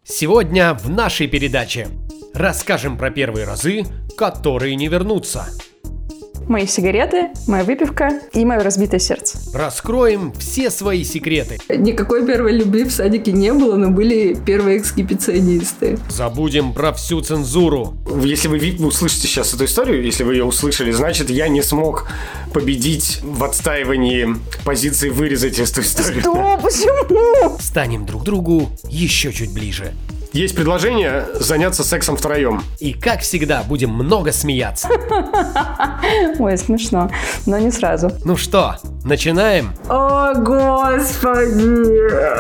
Сегодня в нашей передаче расскажем про первые разы, которые не вернутся. Мои сигареты, моя выпивка и мое разбитое сердце. Раскроем все свои секреты. Никакой первой любви в садике не было, но были первые эксгибиционисты. Забудем про всю цензуру. Если вы услышите сейчас эту историю, если вы ее услышали, значит, я не смог победить в отстаивании позиции вырезать эту историю. Что? Почему? Станем друг другу еще чуть ближе. Есть предложение заняться сексом втроем. И, как всегда, будем много смеяться. Ой, смешно, но не сразу. Ну что, начинаем? О, Господи!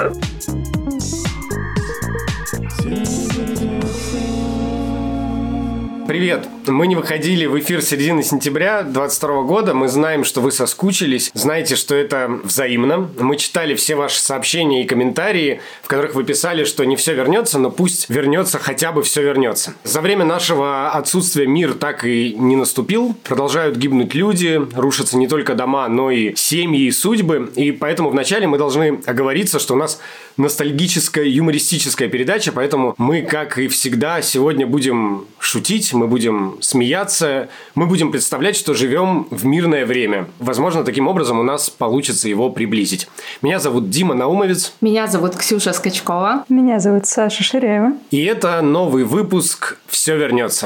Привет! Мы не выходили в эфир с середины сентября 2022 года. Мы знаем, что вы соскучились. Знаете, что это взаимно. Мы читали все ваши сообщения и комментарии, в которых вы писали, что не все вернется, но пусть вернется, хотя бы все вернется. За время нашего отсутствия мир так и не наступил. Продолжают гибнуть люди, рушатся не только дома, но и семьи и судьбы. И поэтому вначале мы должны оговориться, что у нас ностальгическая, юмористическая передача, поэтому мы, как и всегда, сегодня будем шутить, мы будем смеяться, мы будем представлять, что живем в мирное время. Возможно, таким образом у нас получится его приблизить. Меня зовут Дима Наумовец. Меня зовут Ксюша Скачкова. Меня зовут Саша Ширяева. И это новый выпуск «Все вернется».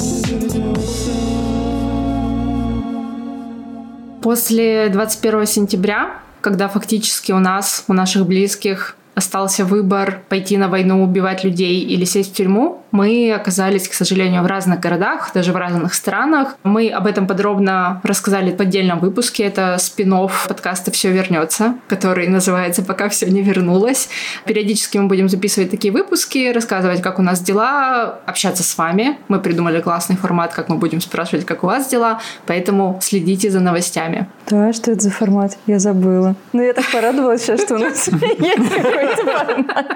После 21 сентября, когда фактически у наших близких остался выбор пойти на войну, убивать людей или сесть в тюрьму, мы оказались, к сожалению, в разных городах, даже в разных странах. Мы об этом подробно рассказали в отдельном выпуске. Это спин-офф подкаста «Все вернется», который называется «Пока все не вернулось». Периодически мы будем записывать такие выпуски, рассказывать, как у нас дела, общаться с вами. Мы придумали классный формат, как мы будем спрашивать, как у вас дела, поэтому следите за новостями. Да, что это за формат? Я забыла. Но я так порадовалась сейчас, что у нас есть какой-то формат.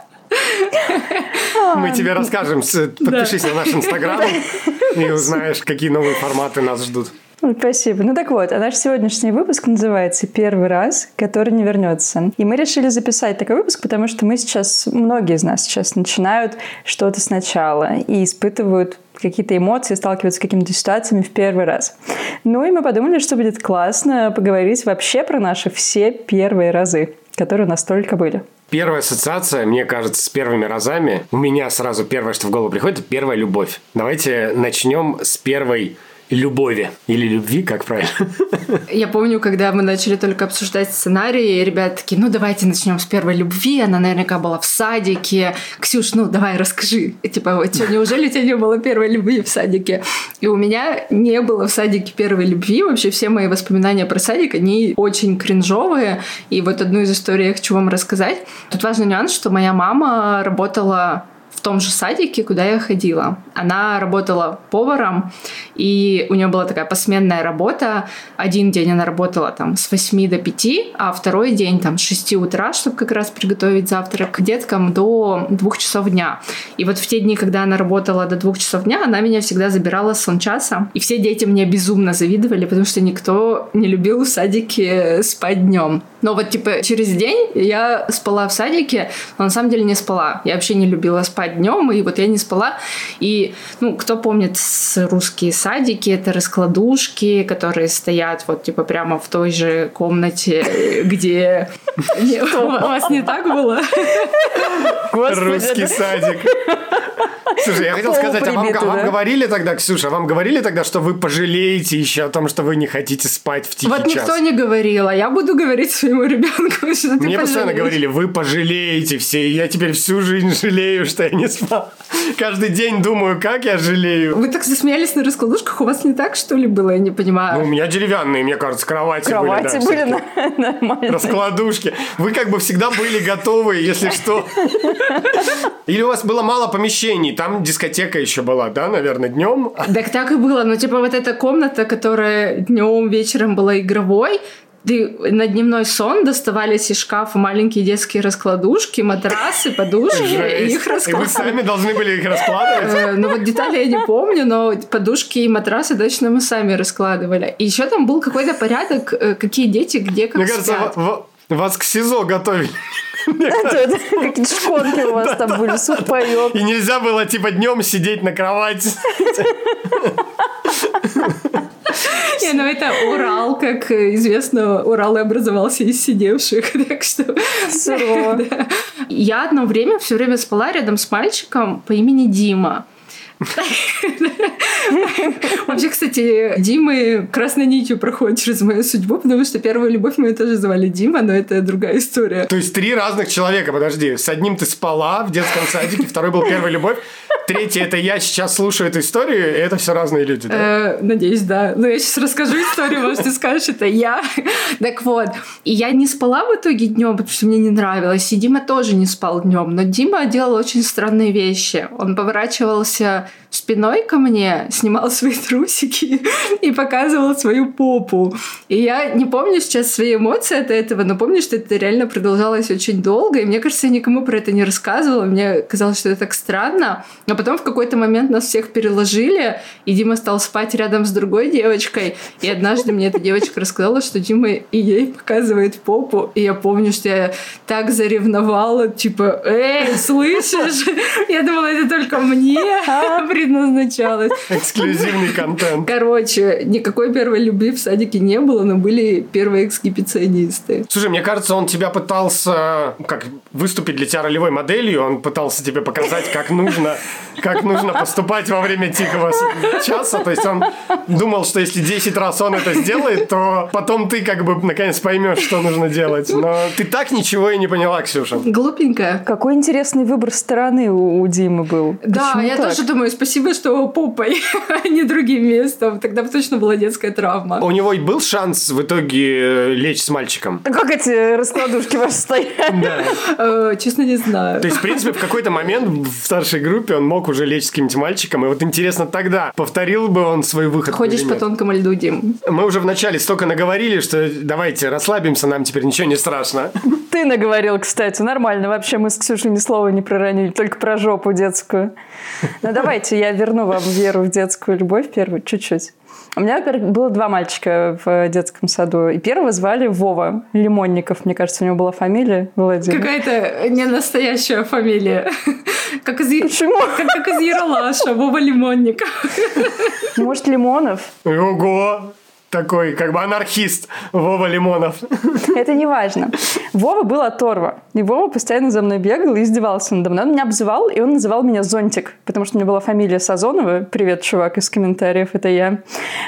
Мы тебе расскажем. Подпишись на наш Инстаграм и узнаешь, какие новые форматы нас ждут. Спасибо. Ну так вот, а наш сегодняшний выпуск называется «Первый раз, который не вернется». И мы решили записать такой выпуск, потому что многие из нас сейчас начинают что-то сначала и испытывают какие-то эмоции, сталкиваются с какими-то ситуациями в первый раз. Ну и мы подумали, что будет классно поговорить вообще про наши все первые разы, которые у нас только были. Первая ассоциация, мне кажется, с первыми разами, у меня сразу первое, что в голову приходит, это первая любовь. Давайте начнем с первой любови. Или любви, как правильно? Я помню, когда мы начали только обсуждать сценарий, ребята такие, давайте начнем с первой любви. Она наверняка была в садике. Ксюш, давай расскажи. Неужели у тебя не было первой любви в садике? И у меня не было в садике первой любви. Вообще все мои воспоминания про садик, они очень кринжовые. И вот одну из историй я хочу вам рассказать. Тут важный нюанс, что моя мама работала в том же садике, куда я ходила. Она работала поваром, и у нее была такая посменная работа. Один день она работала с 8 до 5, а второй день с 6 утра, чтобы как раз приготовить завтрак деткам до 2 часов дня. И вот в те дни, когда она работала до 2 часов дня, она меня всегда забирала с сончаса. И все дети мне безумно завидовали, потому что никто не любил в садике спать днем. Но через день я спала в садике, но на самом деле не спала. Я вообще не любила спать днем, и я не спала. И, кто помнит русские садики, это раскладушки, которые стоят прямо в той же комнате, где... У вас не так было? Русский садик. Слушай, я хотел сказать, а вам говорили тогда, Ксюша, что вы пожалеете еще о том, что вы не хотите спать в тихий час? Никто не говорил, а я буду говорить своему ребенку, что ты Мне постоянно говорили, вы пожалеете все, и я теперь всю жизнь жалею, что я не спал. Каждый день думаю, как я жалею. Вы так засмеялись на раскладушках, у вас не так, что ли, было? Я не понимаю. У меня деревянные, мне кажется, кровати были нормальные. Раскладушки. Вы всегда были готовы, если что. Или у вас было мало помещений, там дискотека еще была, да, наверное, днем? Так и было, эта комната, которая днем, вечером была игровой, на дневной сон доставались из шкафа маленькие детские раскладушки, матрасы, подушки, и их раскладывали. И вы сами должны были их раскладывать? Детали я не помню, но подушки и матрасы точно мы сами раскладывали. И еще там был какой-то порядок, какие дети где как спят. Мне кажется, Вас к СИЗО готовили. Какие-то шконки у вас там были, сухпайок. И нельзя было, типа, днем сидеть на кровати. Ну это Урал, как известно, Урал и образовался из сидевших, так что... Сурово. Я одно время все время спала рядом с мальчиком по имени Дима. Вообще, кстати, Димы красной нитью проходит через мою судьбу, потому что первую любовь мою тоже звали Дима, но это другая история. То есть 3 разных человека, подожди. С одним ты спала в детском садике, второй был первая любовь, третий это я сейчас слушаю эту историю, и это все разные люди, да? Надеюсь, да. Но я сейчас расскажу историю, может, ты скажешь, это я. Так вот. И я не спала в итоге днем, потому что мне не нравилось. И Дима тоже не спал днем. Но Дима делал очень странные вещи. Он поворачивался спиной ко мне, снимал свои трусики и показывал свою попу. И я не помню сейчас свои эмоции от этого, но помню, что это реально продолжалось очень долго. И мне кажется, я никому про это не рассказывала. Мне казалось, что это так странно. Но потом в какой-то момент нас всех переложили, и Дима стал спать рядом с другой девочкой. И однажды мне эта девочка рассказала, что Дима и ей показывает попу. И я помню, что я так заревновала, типа, эй, слышишь? Я думала, это только мне предназначалось. Эксклюзивный контент. Короче, никакой первой любви в садике не было, но были первые эксгибиционисты. Слушай, мне кажется, он тебя пытался выступить для тебя ролевой моделью, он пытался тебе показать, как нужно поступать во время тихого часа. То есть он думал, что если 10 раз он это сделает, то потом ты наконец поймешь, что нужно делать. Но ты так ничего и не поняла, Ксюша. Глупенькая. Какой интересный выбор стороны у Димы был. Да, Почему я так? тоже думаю, спасибо, что попой, а не другим местом. Тогда бы точно была детская травма. У него и был шанс в итоге лечь с мальчиком? Как эти раскладушки ваши стоят? Да. Честно, не знаю. То есть, в принципе, в какой-то момент в старшей группе он мог уже лечь с каким-нибудь мальчиком. И вот интересно тогда, повторил бы он свой выход? Ходишь по тонкому льду, Дим. Мы уже вначале столько наговорили, что давайте расслабимся, нам теперь ничего не страшно. Ты наговорил, кстати, нормально. Вообще мы с Ксюшей ни слова не проронили, только про жопу детскую. Ну давайте, я верну вам веру в детскую любовь первую, чуть-чуть. У меня, во-первых, было 2 мальчика в детском саду. И первого звали Вова Лимонников. Мне кажется, у него была фамилия Владимир. Какая-то не настоящая фамилия. Почему? Как из Ералаша. Вова Лимонников. Может, Лимонов? Ого! Такой, анархист Вова Лимонов. Это не важно. Вова был оторва. И Вова постоянно за мной бегал и издевался надо мной. Он меня обзывал, и он называл меня Зонтик, потому что у меня была фамилия Сазонова. Привет, чувак, из комментариев, это я.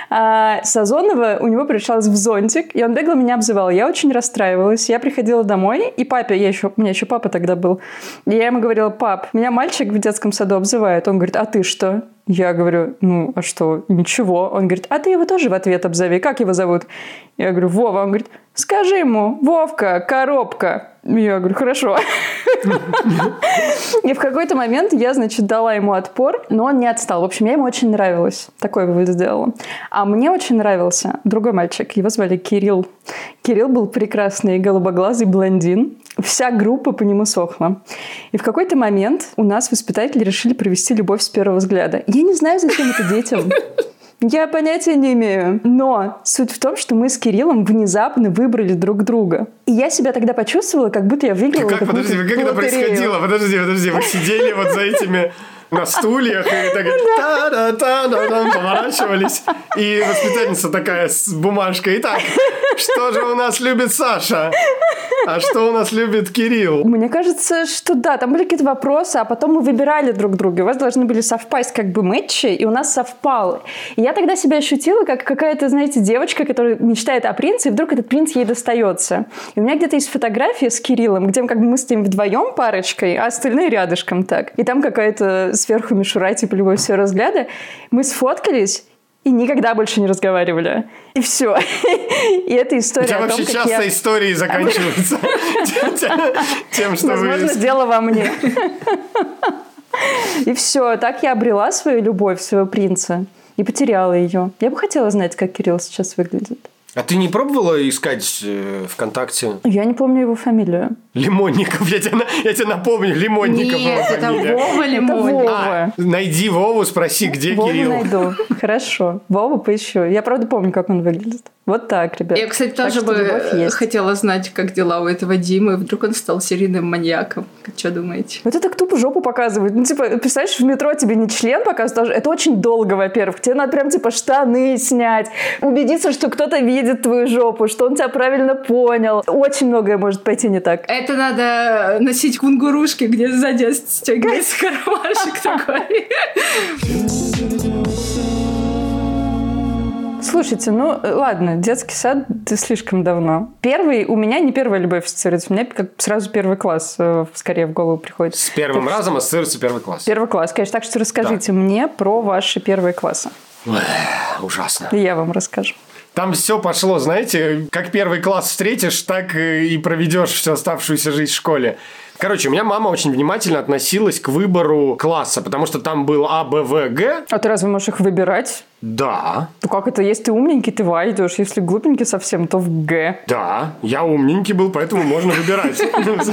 А Сазонова у него превращалась в Зонтик, и он бегал меня обзывал. Я очень расстраивалась. Я приходила домой, и папе, у меня еще папа тогда был, и я ему говорила: пап, меня мальчик в детском саду обзывает. Он говорит: а ты что? Я говорю: ну, а что? Ничего. Он говорит: а ты его тоже в ответ обзови. Как его зовут? Я говорю: Вова. Он говорит: скажи ему: Вовка, коробка. Я говорю: хорошо. И в какой-то момент я, дала ему отпор, но он не отстал. В общем, я ему очень нравилась. Такой вывод сделала. А мне очень нравился другой мальчик. Его звали Кирилл. Кирилл был прекрасный голубоглазый блондин. Вся группа по нему сохла. И в какой-то момент у нас воспитатели решили провести любовь с первого взгляда. Я не знаю, зачем это детям. Я понятия не имею. Но суть в том, что мы с Кириллом внезапно выбрали друг друга. И я себя тогда почувствовала, как будто я выиграла какую-то Подожди, как это происходило? Подожди. Вы сидели вот за этими на стульях и так та-да-та-да-дам, поворачивались. И воспитательница такая с бумажкой: итак, что же у нас любит Саша? А что у нас любит Кирилл? Мне кажется, что да, там были какие-то вопросы, а потом мы выбирали друг друга. У вас должны были совпасть мэтчи, и у нас совпало. И я тогда себя ощутила как какая-то, девочка, которая мечтает о принце, и вдруг этот принц ей достается. И у меня где-то есть фотография с Кириллом, где мы стоим вдвоем парочкой, а остальные рядышком так. И там какая-то сверху мишура, любовь с первого взгляда. Мы сфоткались и никогда больше не разговаривали. И все. И эта история. У тебя вообще часто истории заканчиваются тем, что вы... Возможно, дело во мне. И все. Так я обрела свою любовь, своего принца. И потеряла ее. Я бы хотела знать, как Кирилл сейчас выглядит. А ты не пробовала искать ВКонтакте? Я не помню его фамилию. Лимонников. Я тебе напомню, Лимонников его Нет, это фамилия. Вова Лимонников. Найди Вову, спроси, где Вову Кирилл. найду. Хорошо. Вову поищу. Я правда помню, как он выглядит. Вот так, ребят. Я, кстати, тоже бы хотела знать, как дела у этого Димы. Вдруг он стал серийным маньяком. Что думаете? Вот это так тупо жопу показывает. Ну, типа, представляешь, в метро тебе не член показывают. Это очень долго, во-первых. Тебе надо прям, типа, штаны снять. Убедиться, что кто-то видит твою жопу, что он тебя правильно понял. Очень многое может пойти не так. Это надо носить кунгурушки, где сзади стягивается кармашек такой. Слушайте, ну ладно, детский сад ты слишком давно. У меня не первая любовь ассоциируется, у меня как сразу первый класс скорее в голову приходит. С первым разом ассоциируется первый класс. Первый класс, конечно. Так что расскажите мне про ваши первые классы. Ужасно. И я вам расскажу. Там все пошло, знаете, как первый класс встретишь, так и проведешь всю оставшуюся жизнь в школе. Короче, у меня мама очень внимательно относилась к выбору класса, потому что там был А, Б, В, Г. А ты разве можешь их выбирать? Да. Ну как это? Если ты умненький, ты в А идешь. Если глупенький совсем, то в Г. Да, я умненький был, поэтому можно выбирать.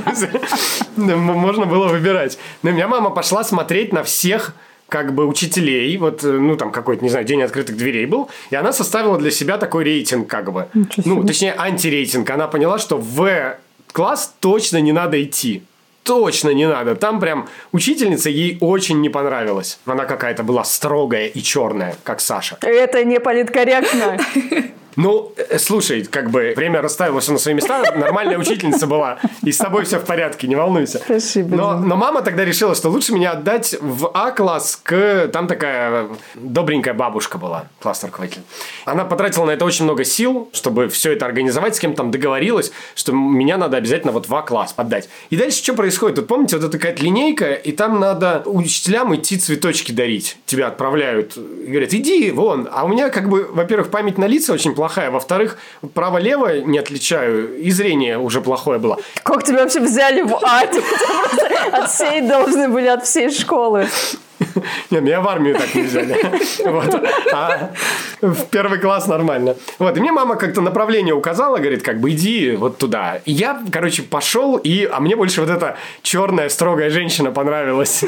Можно было выбирать. Но у меня мама пошла смотреть на всех как бы учителей, вот, ну, там какой-то, не знаю, день открытых дверей был, и она составила для себя такой рейтинг, как бы. Ну, точнее, антирейтинг. Она поняла, что в класс точно не надо идти. Точно не надо. Там прям учительница ей очень не понравилась. Она какая-то была строгая и черная, как Саша. Это не политкорректно. Ну, слушай, как бы время расставило все на свои места, нормальная учительница была, и с тобой все в порядке, не волнуйся. Спасибо. Но мама тогда решила, что лучше меня отдать в А-класс там такая добренькая бабушка была, классный руководитель. Она потратила на это очень много сил, чтобы все это организовать, с кем там договорилась, что меня надо обязательно вот в А-класс отдать. И дальше что происходит? Тут, помните, вот эта какая-то линейка, и там надо учителям идти цветочки дарить. Тебя отправляют, и говорят, иди вон. А у меня, как бы, во-первых, память на лица очень плохая, во-вторых, право-лево не отличаю, и зрение уже плохое было. Как тебя вообще взяли в А? От всей должны были, от всей школы. Нет, меня в армию так не взяли. А в первый класс нормально. Вот, и мне мама как-то направление указала, говорит, как бы иди вот туда. И я, короче, пошел, а мне больше вот эта черная строгая женщина понравилась.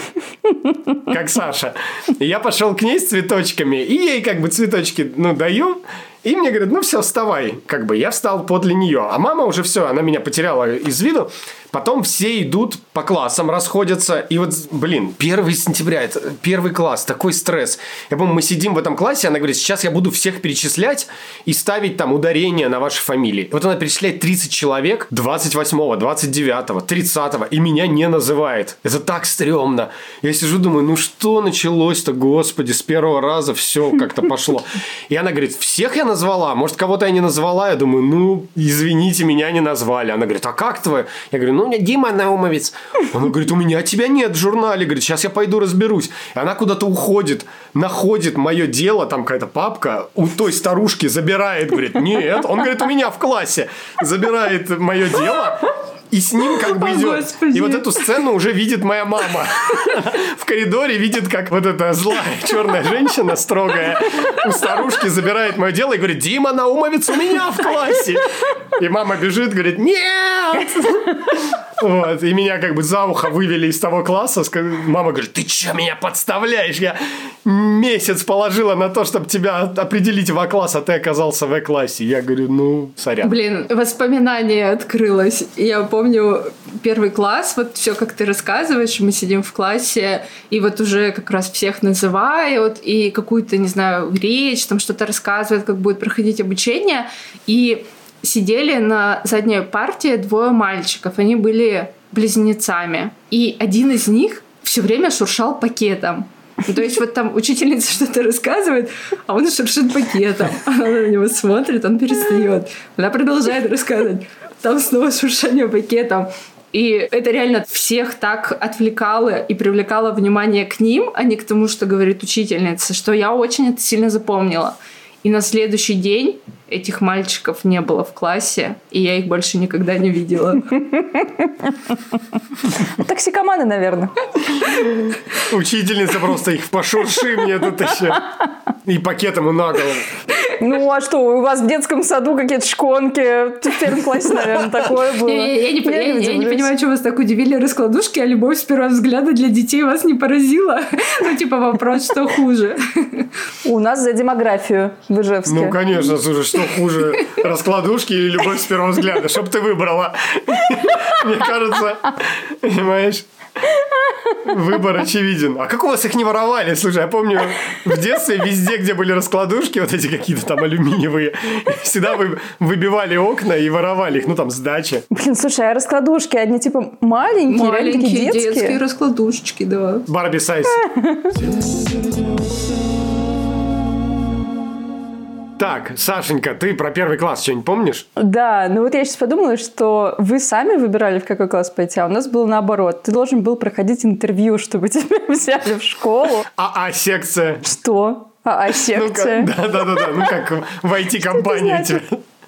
Как Саша. И я пошел к ней с цветочками, и ей как бы цветочки, даю. И мне говорят, ну все, вставай. Как бы я встал подле нее. А мама уже все, она меня потеряла из виду. Потом все идут по классам, расходятся. И вот, 1 сентября, это первый класс, такой стресс. Я помню, мы сидим в этом классе, она говорит, сейчас я буду всех перечислять и ставить там ударение на ваши фамилии. И вот она перечисляет 30 человек 28-го, 29-го, 30-го, и меня не называет. Это так стрёмно. Я сижу, думаю, ну что началось-то, господи, с первого раза все как-то пошло. И она говорит, всех я назвала, может, кого-то я не назвала. Я думаю, ну, извините, меня не назвали. Она говорит, а как твой? Я говорю, ну, у меня Дима Наумовец. Она говорит, у меня тебя нет в журнале. Говорит, сейчас я пойду разберусь. И она куда-то уходит, находит мое дело, там какая-то папка, у той старушки забирает, говорит, нет. Он говорит, у меня в классе. Забирает мое дело. И с ним как бы идет. Господи. И вот эту сцену уже видит моя мама. В коридоре видит, как вот эта злая черная женщина строгая у старушки забирает мое дело и говорит, Дима Наумовец у меня в классе. И мама бежит, говорит, нет! Вот. И меня как бы за ухо вывели из того класса. Мама говорит, ты что меня подставляешь? Я месяц положила на то, чтобы тебя определить в А-класс, а ты оказался в Э-классе. Я говорю, ну, сорян. Блин, воспоминание открылось. Я помню первый класс, вот все, как ты рассказываешь, мы сидим в классе, и вот уже как раз всех называют, и какую-то, не знаю, речь, там что-то рассказывают, как будет проходить обучение, и сидели на задней парте 2 мальчиков, они были близнецами, и один из них все время шуршал пакетом. Ну, то есть вот там учительница что-то рассказывает, а он шуршит пакетом. Она на него смотрит, он перестает. Она продолжает рассказывать. Там снова шуршание пакетом. И это реально всех так отвлекало и привлекало внимание к ним, а не к тому, что говорит учительница, что я очень это сильно запомнила. И на следующий день этих мальчиков не было в классе, и я их больше никогда не видела. Токсикоманы, наверное. Учительница просто их пошурши мне тут еще. И пакетом на голову. Ну, а что, у вас в детском саду какие-то шконки? В первом классе, наверное, такое было. Я не понимаю, что вас так удивили раскладушки, а любовь с первого взгляда для детей вас не поразила? Ну, типа вопрос, что хуже? У нас за демографию в Ижевске. Ну, конечно, слушай, что хуже, раскладушки или любовь с первого взгляда? Чтоб ты выбрала. Мне кажется, понимаешь? Выбор очевиден. А как у вас их не воровали? Слушай, я помню, в детстве везде, где были раскладушки, вот эти какие-то там алюминиевые, всегда выбивали окна и воровали их, ну там с дачи. Блин, слушай, а раскладушки, они типа маленькие, реально такие детские раскладушечки, да. Барби сайз. Так, Сашенька, ты про первый класс что-нибудь помнишь? Да, ну вот я сейчас подумала, что вы сами выбирали, в какой класс пойти, а у нас было наоборот. Ты должен был проходить интервью, чтобы тебя взяли в школу. АА-секция. Что? АА-секция? Да. Ну как в IT-компании тебя...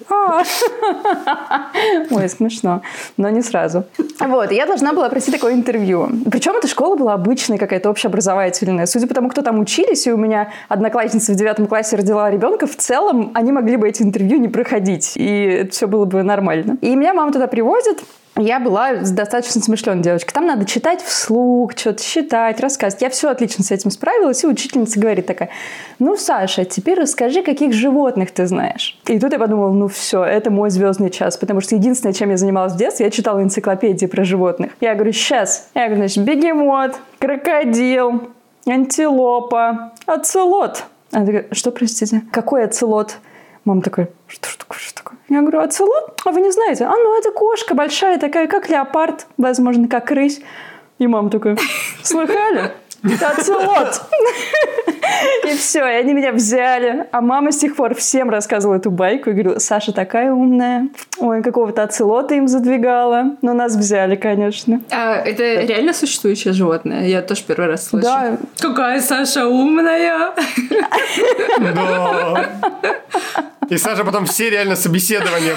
Ой, смешно, но не сразу. Вот, я должна была пройти такое интервью. Причем эта школа была обычная, какая-то общеобразовательная. Судя по тому, кто там учились, и у меня одноклассница в 9 классе родила ребенка, в целом они могли бы эти интервью не проходить, и это все было бы нормально. И меня мама туда приводит. Я была достаточно смышленой девочкой. Там надо читать вслух, что-то считать, рассказывать. Я все отлично с этим справилась, и учительница говорит такая: ну, Саша, теперь расскажи, каких животных ты знаешь. И тут я подумала, ну все, это мой звездный час, потому что единственное, чем я занималась в детстве, я читала энциклопедии про животных. Я говорю, сейчас. Я говорю, значит, бегемот, крокодил, антилопа, оцелот. Она такая, что, простите? Какой оцелот? Мама такая, что такое? Я говорю, оцелот? А вы не знаете? А, ну это кошка большая такая, как леопард, возможно, как рысь. И мама такая, слыхали? Это оцелот. И все, и они меня взяли. А мама с тех пор всем рассказывала эту байку. И говорила, Саша такая умная. Ой, какого-то оцелота им задвигала. Но нас взяли, конечно. А это реально существующее животное? Я тоже первый раз слышу. Да. Какая Саша умная! Да. И Саша потом все реально собеседования.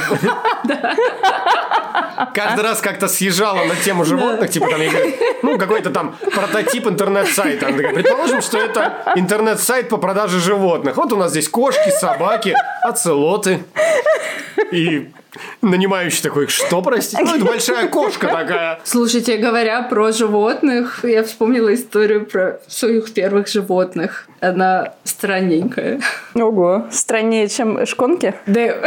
Каждый раз как-то съезжала на тему животных, типа там, ну, какой-то там прототип интернет-сайта. Она такая, предположим, что это интернет-сайт по продаже животных. Вот у нас здесь кошки, собаки, оцелоты. И нанимающий такой, что, простите? Ну, это большая кошка такая. Слушайте, говоря про животных, я вспомнила историю про своих первых животных. Она странненькая. Ого, страннее, чем шконки? Да,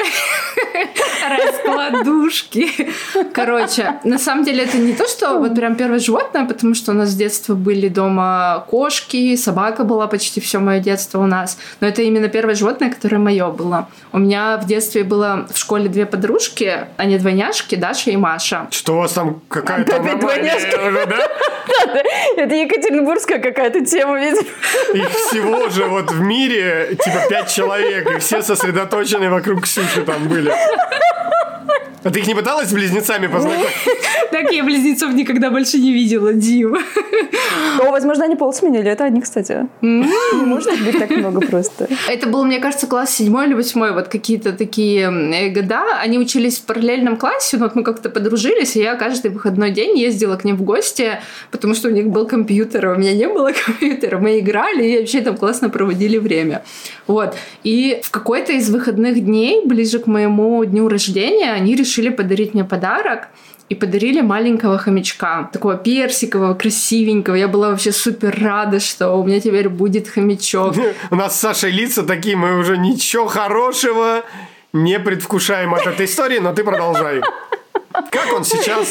раскладушки. Короче, на самом деле это не то, что вот прям первое животное, потому что у нас с детства были дома кошки, собака была почти все мое детство у нас. Но это именно первое животное, которое мое было. У меня в детстве было в школе 2 подружки, они двойняшки, Даша и Маша. Что у вас там какая-то опять двойняшки уже, да? Это екатеринбургская какая-то тема, видимо. Их всего же вот в мире типа 5 человек, и все сосредоточены вокруг Ксюши там были. А ты их не пыталась с близнецами познакомить? Так я близнецов никогда больше не видела, Дим. О, возможно, они пол сменили. Это они, кстати. Не может быть так много просто. Это был, мне кажется, класс 7 или 8, вот какие-то такие года. Они учились в параллельном классе, но вот мы как-то подружились, и я каждый выходной день ездила к ним в гости, потому что у них был компьютер, а у меня не было компьютера. Мы играли и вообще там классно проводили время. Вот. И в какой-то из выходных дней, ближе к моему дню рождения, они решили подарить мне подарок. И подарили маленького хомячка, такого персикового, красивенького. Я была вообще супер рада, что у меня теперь будет хомячок. У нас с Сашей лица такие, мы уже ничего хорошего не предвкушаем от этой истории, но ты продолжай. Как он сейчас?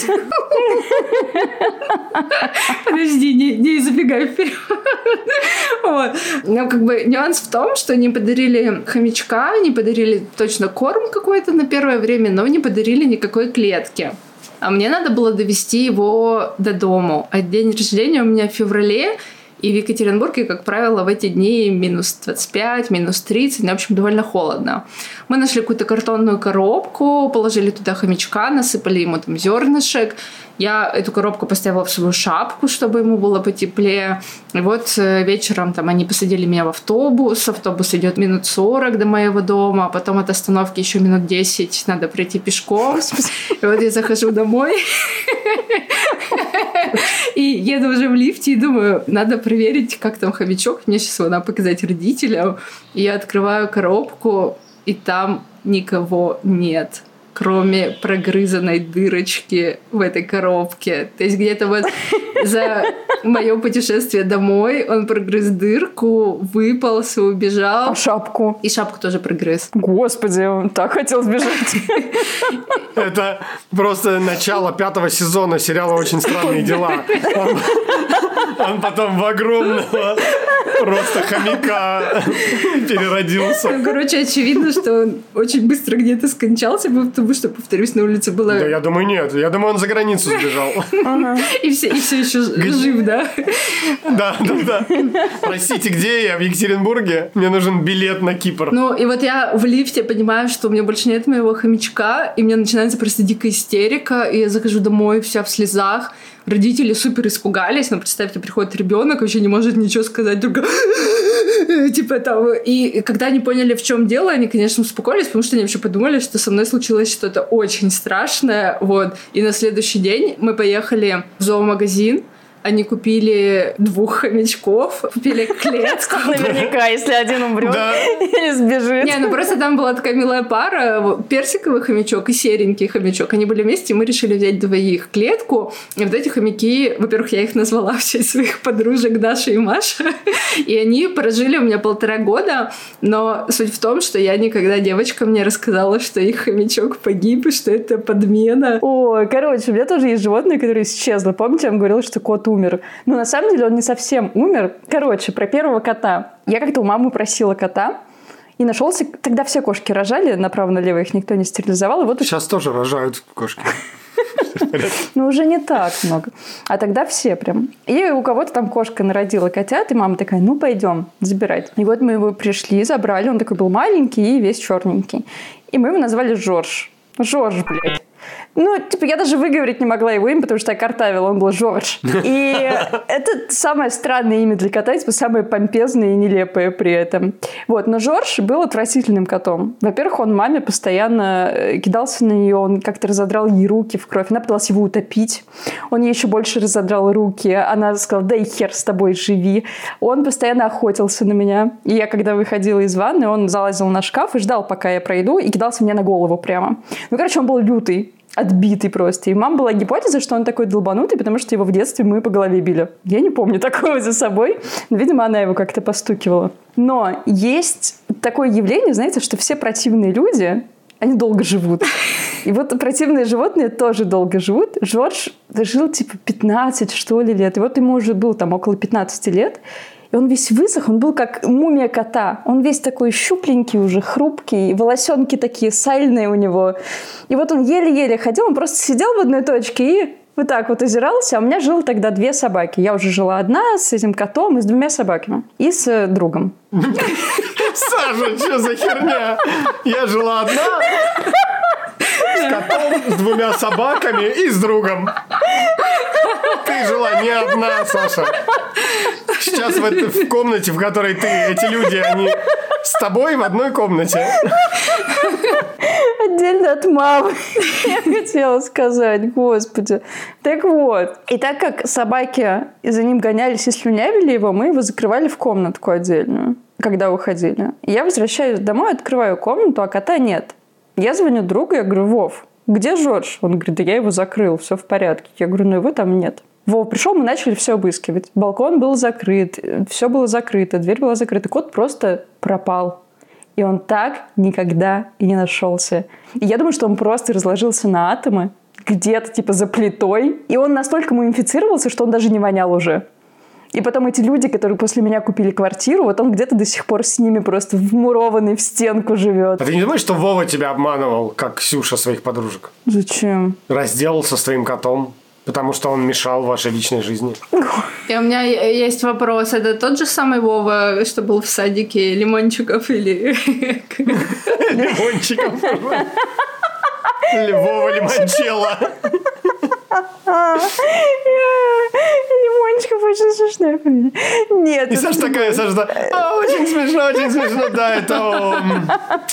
Подожди, не забегай вперед. Вот. Но как бы нюанс в том, что не подарили хомячка, не подарили точно корм какой-то на первое время, но не подарили никакой клетки. А мне надо было довести его до дому. А день рождения у меня в феврале, и в Екатеринбурге, как правило, в эти дни минус 25, минус 30, ну, в общем, довольно холодно. Мы нашли какую-то картонную коробку, положили туда хомячка, насыпали ему там зернышек. Я эту коробку поставила в свою шапку, чтобы ему было потеплее. И вот вечером там они посадили меня в автобус. Автобус идет минут 40 до моего дома. Потом от остановки еще минут 10 надо пройти пешком. И вот я захожу домой. И еду уже в лифте и думаю, надо проверить, как там хомячок. Мне сейчас его надо показать родителям. И я открываю коробку. и там никого нет, кроме прогрызанной дырочки в этой коробке. То есть где-то вот за мое путешествие домой он прогрыз дырку, выполз и убежал. А шапку? И шапку тоже прогрыз. Господи, он так хотел сбежать. Это просто начало 5-го сезона сериала «Очень странные дела». Он потом в огромного просто хомяка переродился. Ну, короче, очевидно, что он очень быстро где-то скончался, потому что, повторюсь, на улице было... Да, я думаю, нет. Я думаю, он за границу сбежал. И все еще жив, да? Да. Простите, где я? В Екатеринбурге? Мне нужен билет на Кипр. Ну, и вот я в лифте понимаю, что у меня больше нет моего хомячка, и у меня начинается просто дикая истерика, и я захожу домой вся в слезах. Родители супер испугались, но представьте, приходит ребенок, вообще не может ничего сказать, только типа там. И когда они поняли, в чем дело, они, конечно, успокоились, потому что они вообще подумали, что со мной случилось что-то очень страшное, вот. И на следующий день мы поехали в зоомагазин. Они купили 2 хомячков, купили клетку. Наверняка, если один умрет или сбежит. Не, ну просто там была такая милая пара, персиковый хомячок и серенький хомячок. Они были вместе, и мы решили взять 2 клетку. И вот эти хомяки, во-первых, я их назвала в честь своих подружек Даша и Маша. И они прожили у меня 1,5 года. Но суть в том, что я никогда девочкам не рассказала, что их хомячок погиб, и что это подмена. Ой, короче, у меня тоже есть животное, которое исчезло. Помните, я вам говорила, что кот умер? Но на самом деле он не совсем умер. Короче, про первого кота. Я как-то у мамы просила кота, и нашелся... Тогда все кошки рожали, направо-налево их никто не стерилизовал. И вот сейчас тоже рожают кошки. Ну, уже не так много. А тогда все прям. И у кого-то там кошка народила котят, и мама такая, ну, пойдем забирать. И вот мы его пришли, забрали. Он такой был маленький и весь черненький. И мы его назвали Жорж. Жорж, блядь. Ну, типа, я даже выговорить не могла его имя, потому что я картавила, он был Жорж. И это самое странное имя для кота, типа, самое помпезное и нелепое при этом. Вот, но Жорж был отвратительным котом. Во-первых, он маме постоянно кидался на нее, он как-то разодрал ей руки в кровь, она пыталась его утопить. Он ей еще больше разодрал руки, она сказала, да и хер с тобой, живи. Он постоянно охотился на меня. И я, когда выходила из ванны, он залазил на шкаф и ждал, пока я пройду, и кидался мне на голову прямо. Ну, короче, он был лютый. Отбитый просто. И мама была гипотеза, что он такой долбанутый, потому что его в детстве мы по голове били. Я не помню такого за собой. Но, видимо, она его как-то постукивала. Но есть такое явление, знаете, что все противные люди, они долго живут. И вот противные животные тоже долго живут. Жорж жил типа 15, что ли, лет. И вот ему уже было там около 15 лет. И он весь высох, он был как мумия кота. Он весь такой щупленький уже, хрупкий, волосенки такие сальные у него. И вот он еле-еле ходил, он просто сидел в одной точке и вот так вот озирался. А у меня жило тогда 2 собаки. Я уже жила одна с этим котом и с 2 собаками. И с другом. Саша, что за херня? Я жила одна с котом, с 2 собаками и с другом. Ты жила не одна, Саша. Сейчас в комнате, в которой ты, эти люди, они с тобой в одной комнате. Отдельно от мамы, я хотела сказать, господи. Так вот, и так как собаки за ним гонялись и слюнявили его, мы его закрывали в комнатку отдельную, когда уходили. И я возвращаюсь домой, открываю комнату, а кота нет. Я звоню другу, я говорю, Вов, где Жорж? Он говорит, да я его закрыл, все в порядке. Я говорю, ну его там нет. Вов пришел, мы начали все обыскивать. Балкон был закрыт, все было закрыто, дверь была закрыта. Кот просто пропал. И он так никогда и не нашелся. И я думаю, что он просто разложился на атомы где-то типа за плитой. И он настолько мумифицировался, что он даже не вонял уже. И потом эти люди, которые после меня купили квартиру, вот он где-то до сих пор с ними просто вмурованный в стенку живет. А ты не думаешь, что Вова тебя обманывал, как Ксюша своих подружек? Зачем? Разделался с твоим котом, потому что он мешал вашей личной жизни. И у меня есть вопрос. Это тот же самый Вова, что был в садике Лимончиков или... Лимончиков. Вова Лимончелло. Лимончиков очень смешная фамилия. Нет. И Саша такая, очень смешно, да, это он.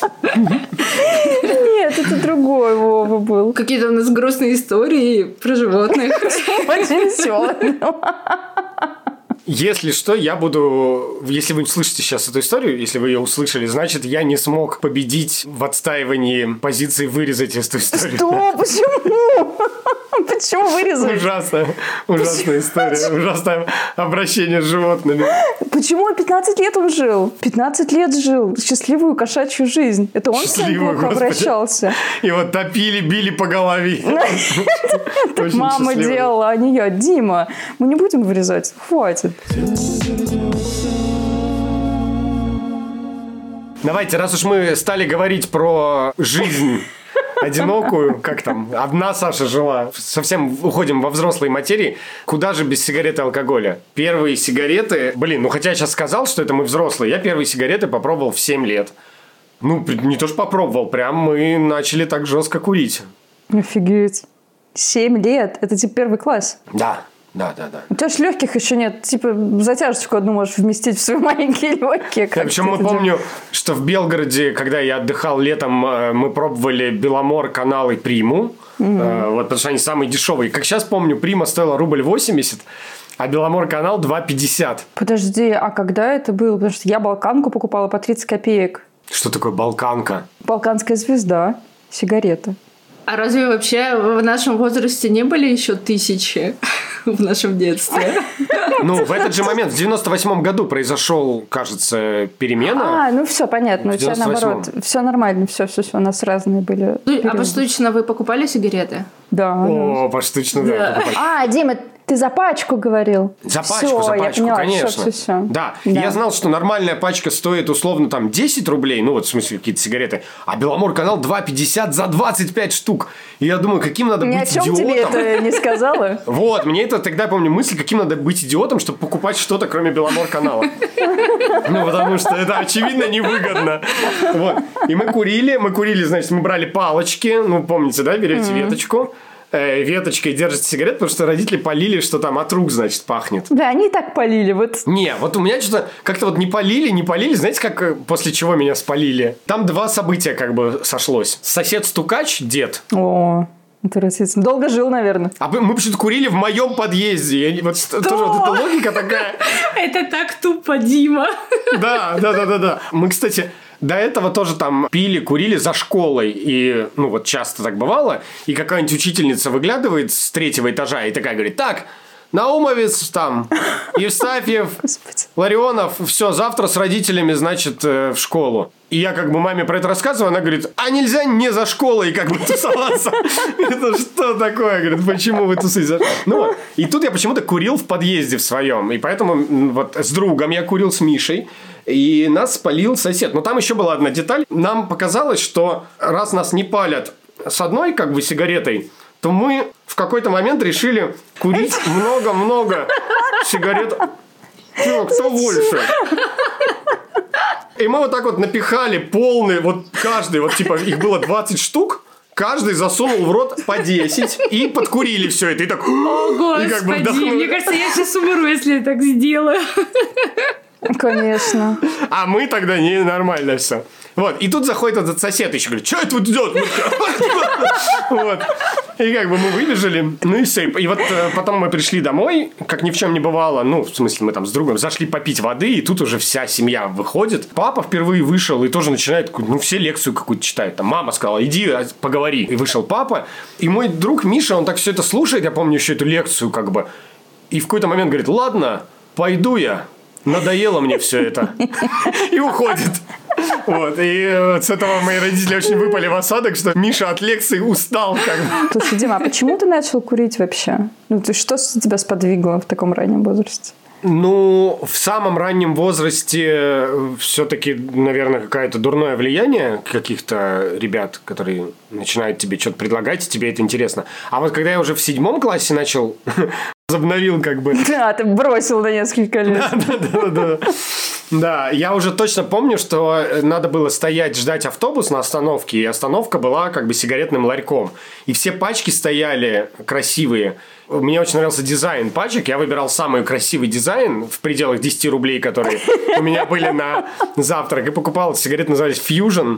Нет, это другой Вова был. Какие-то у нас грустные истории про животных. Очень веселые. Если что, я буду... Если вы слышите сейчас эту историю, если вы ее услышали, значит, я не смог победить в отстаивании позиции вырезать эту историю. Что? Почему? Почему вырезать? Ужасная история. Ужасное обращение с животными. Почему 15 лет он жил? 15 лет жил счастливую кошачью жизнь. Это он с ним плохо обращался. И вот топили, били по голове. Так мама делала, а не я. Дима, мы не будем вырезать. Хватит. Давайте, раз уж мы стали говорить про жизнь одинокую, как там, одна Саша жила, совсем уходим во взрослые материи, куда же без сигарет и алкоголя? Первые сигареты, хотя я сейчас сказал, что это мы взрослые, я первые сигареты попробовал в 7 лет. Не то что попробовал, прям мы начали так жестко курить. Офигеть. 7 лет? Это типа 1 класс? Да. У тебя же легких еще нет. Типа затяжечку одну можешь вместить в свои маленькие легкие. Причем мы помню, что в Белгороде, когда я отдыхал летом, мы пробовали Беломор, Канал и Приму. Потому что они самые дешевые. Как сейчас помню, Прима стоила рубль 80, а Беломор, Канал 2,50. Подожди, а когда это было? Потому что я Балканку покупала по 30 копеек. Что такое Балканка? Балканская звезда. Сигарета. А разве вообще в нашем возрасте не были еще 1000 в нашем детстве? В этот же момент, в 98-м году произошел, кажется, перемена. Все понятно. У тебя наоборот, все нормально, все, у нас разные были. А поштучно вы покупали сигареты? Да. О, поштучно, да. Дима, ты за пачку говорил. За пачку, я поняла, конечно. Всё. Да. Я знал, что нормальная пачка стоит условно там 10 рублей, в смысле какие-то сигареты, а Беломор, Канал 2,50 за 25 штук. И я думаю, каким надо быть идиотом. Ни о чем тебе это не сказала? Вот, мне это тогда, помню, мысль, каким надо быть идиотом, чтобы покупать что-то, кроме Беломор, Канала. Потому что это, очевидно, невыгодно. Вот. И мы курили, значит, мы брали палочки, помните, да, берете веточку, веточкой держите сигарет, потому что родители полили, что там от рук, значит, пахнет. Да, они и так полили. Не, у меня что-то как-то не полили, знаете, как после чего меня спалили? Там 2 события как бы сошлось. Сосед-стукач, дед. О, интересно. Долго жил, наверное. А мы почему-то курили в моем подъезде. Тоже вот эта логика такая. Это так тупо, Дима. Да. Мы, кстати... До этого тоже там пили, курили за школой. И, часто так бывало. И какая-нибудь учительница выглядывает с 3-го этажа и такая говорит: так, Наумовец там, Евстафьев, Ларионов, все, завтра с родителями, значит, в школу. И я как бы маме про это рассказываю, она говорит: а нельзя не за школой как бы тусоваться? Это что такое? Говорит, почему вы тусуете? И тут я почему-то курил в подъезде в своем. И поэтому с другом я курил, с Мишей. И нас спалил сосед. Но там еще была одна деталь. Нам показалось, что раз нас не палят с одной как бы сигаретой, то мы в какой-то момент решили курить много-много сигарет. Кто больше? И мы вот так вот напихали полный, каждый, их было 20 штук. Каждый засунул в рот по 10 и подкурили все это. И так... О, Господи, мне кажется, я сейчас умру, если я так сделаю. Конечно. А мы тогда нормально все. И тут заходит этот сосед еще говорит: что это вы делаете? И как бы мы выбежали. И все. И потом мы пришли домой, как ни в чем не бывало. В смысле, мы там с другом зашли попить воды, и тут уже вся семья выходит. Папа впервые вышел и тоже начинает, все лекцию какую-то читают. Там мама сказала: иди поговори. И вышел папа. И мой друг Миша, он так все это слушает, я помню еще эту лекцию как бы. И в какой-то момент говорит: ладно, пойду я. Надоело мне все это. И уходит. И с этого мои родители очень выпали в осадок, что Миша от лекции устал. Слушай, Дима, а почему ты начал курить вообще? Что тебя сподвигло в таком раннем возрасте? В самом раннем возрасте все-таки, наверное, какое-то дурное влияние каких-то ребят, которые начинают тебе что-то предлагать, и тебе это интересно. А когда я уже в 7 классе начал... Возобновил как бы. Да, ты бросил на несколько лет. Да. Да, я уже точно помню, что надо было стоять, ждать автобус на остановке, и остановка была как бы сигаретным ларьком. И все пачки стояли красивые. Мне очень нравился дизайн пачек. Я выбирал самый красивый дизайн в пределах 10 рублей, которые у меня были на завтрак. И покупал сигареты, назывались Fusion.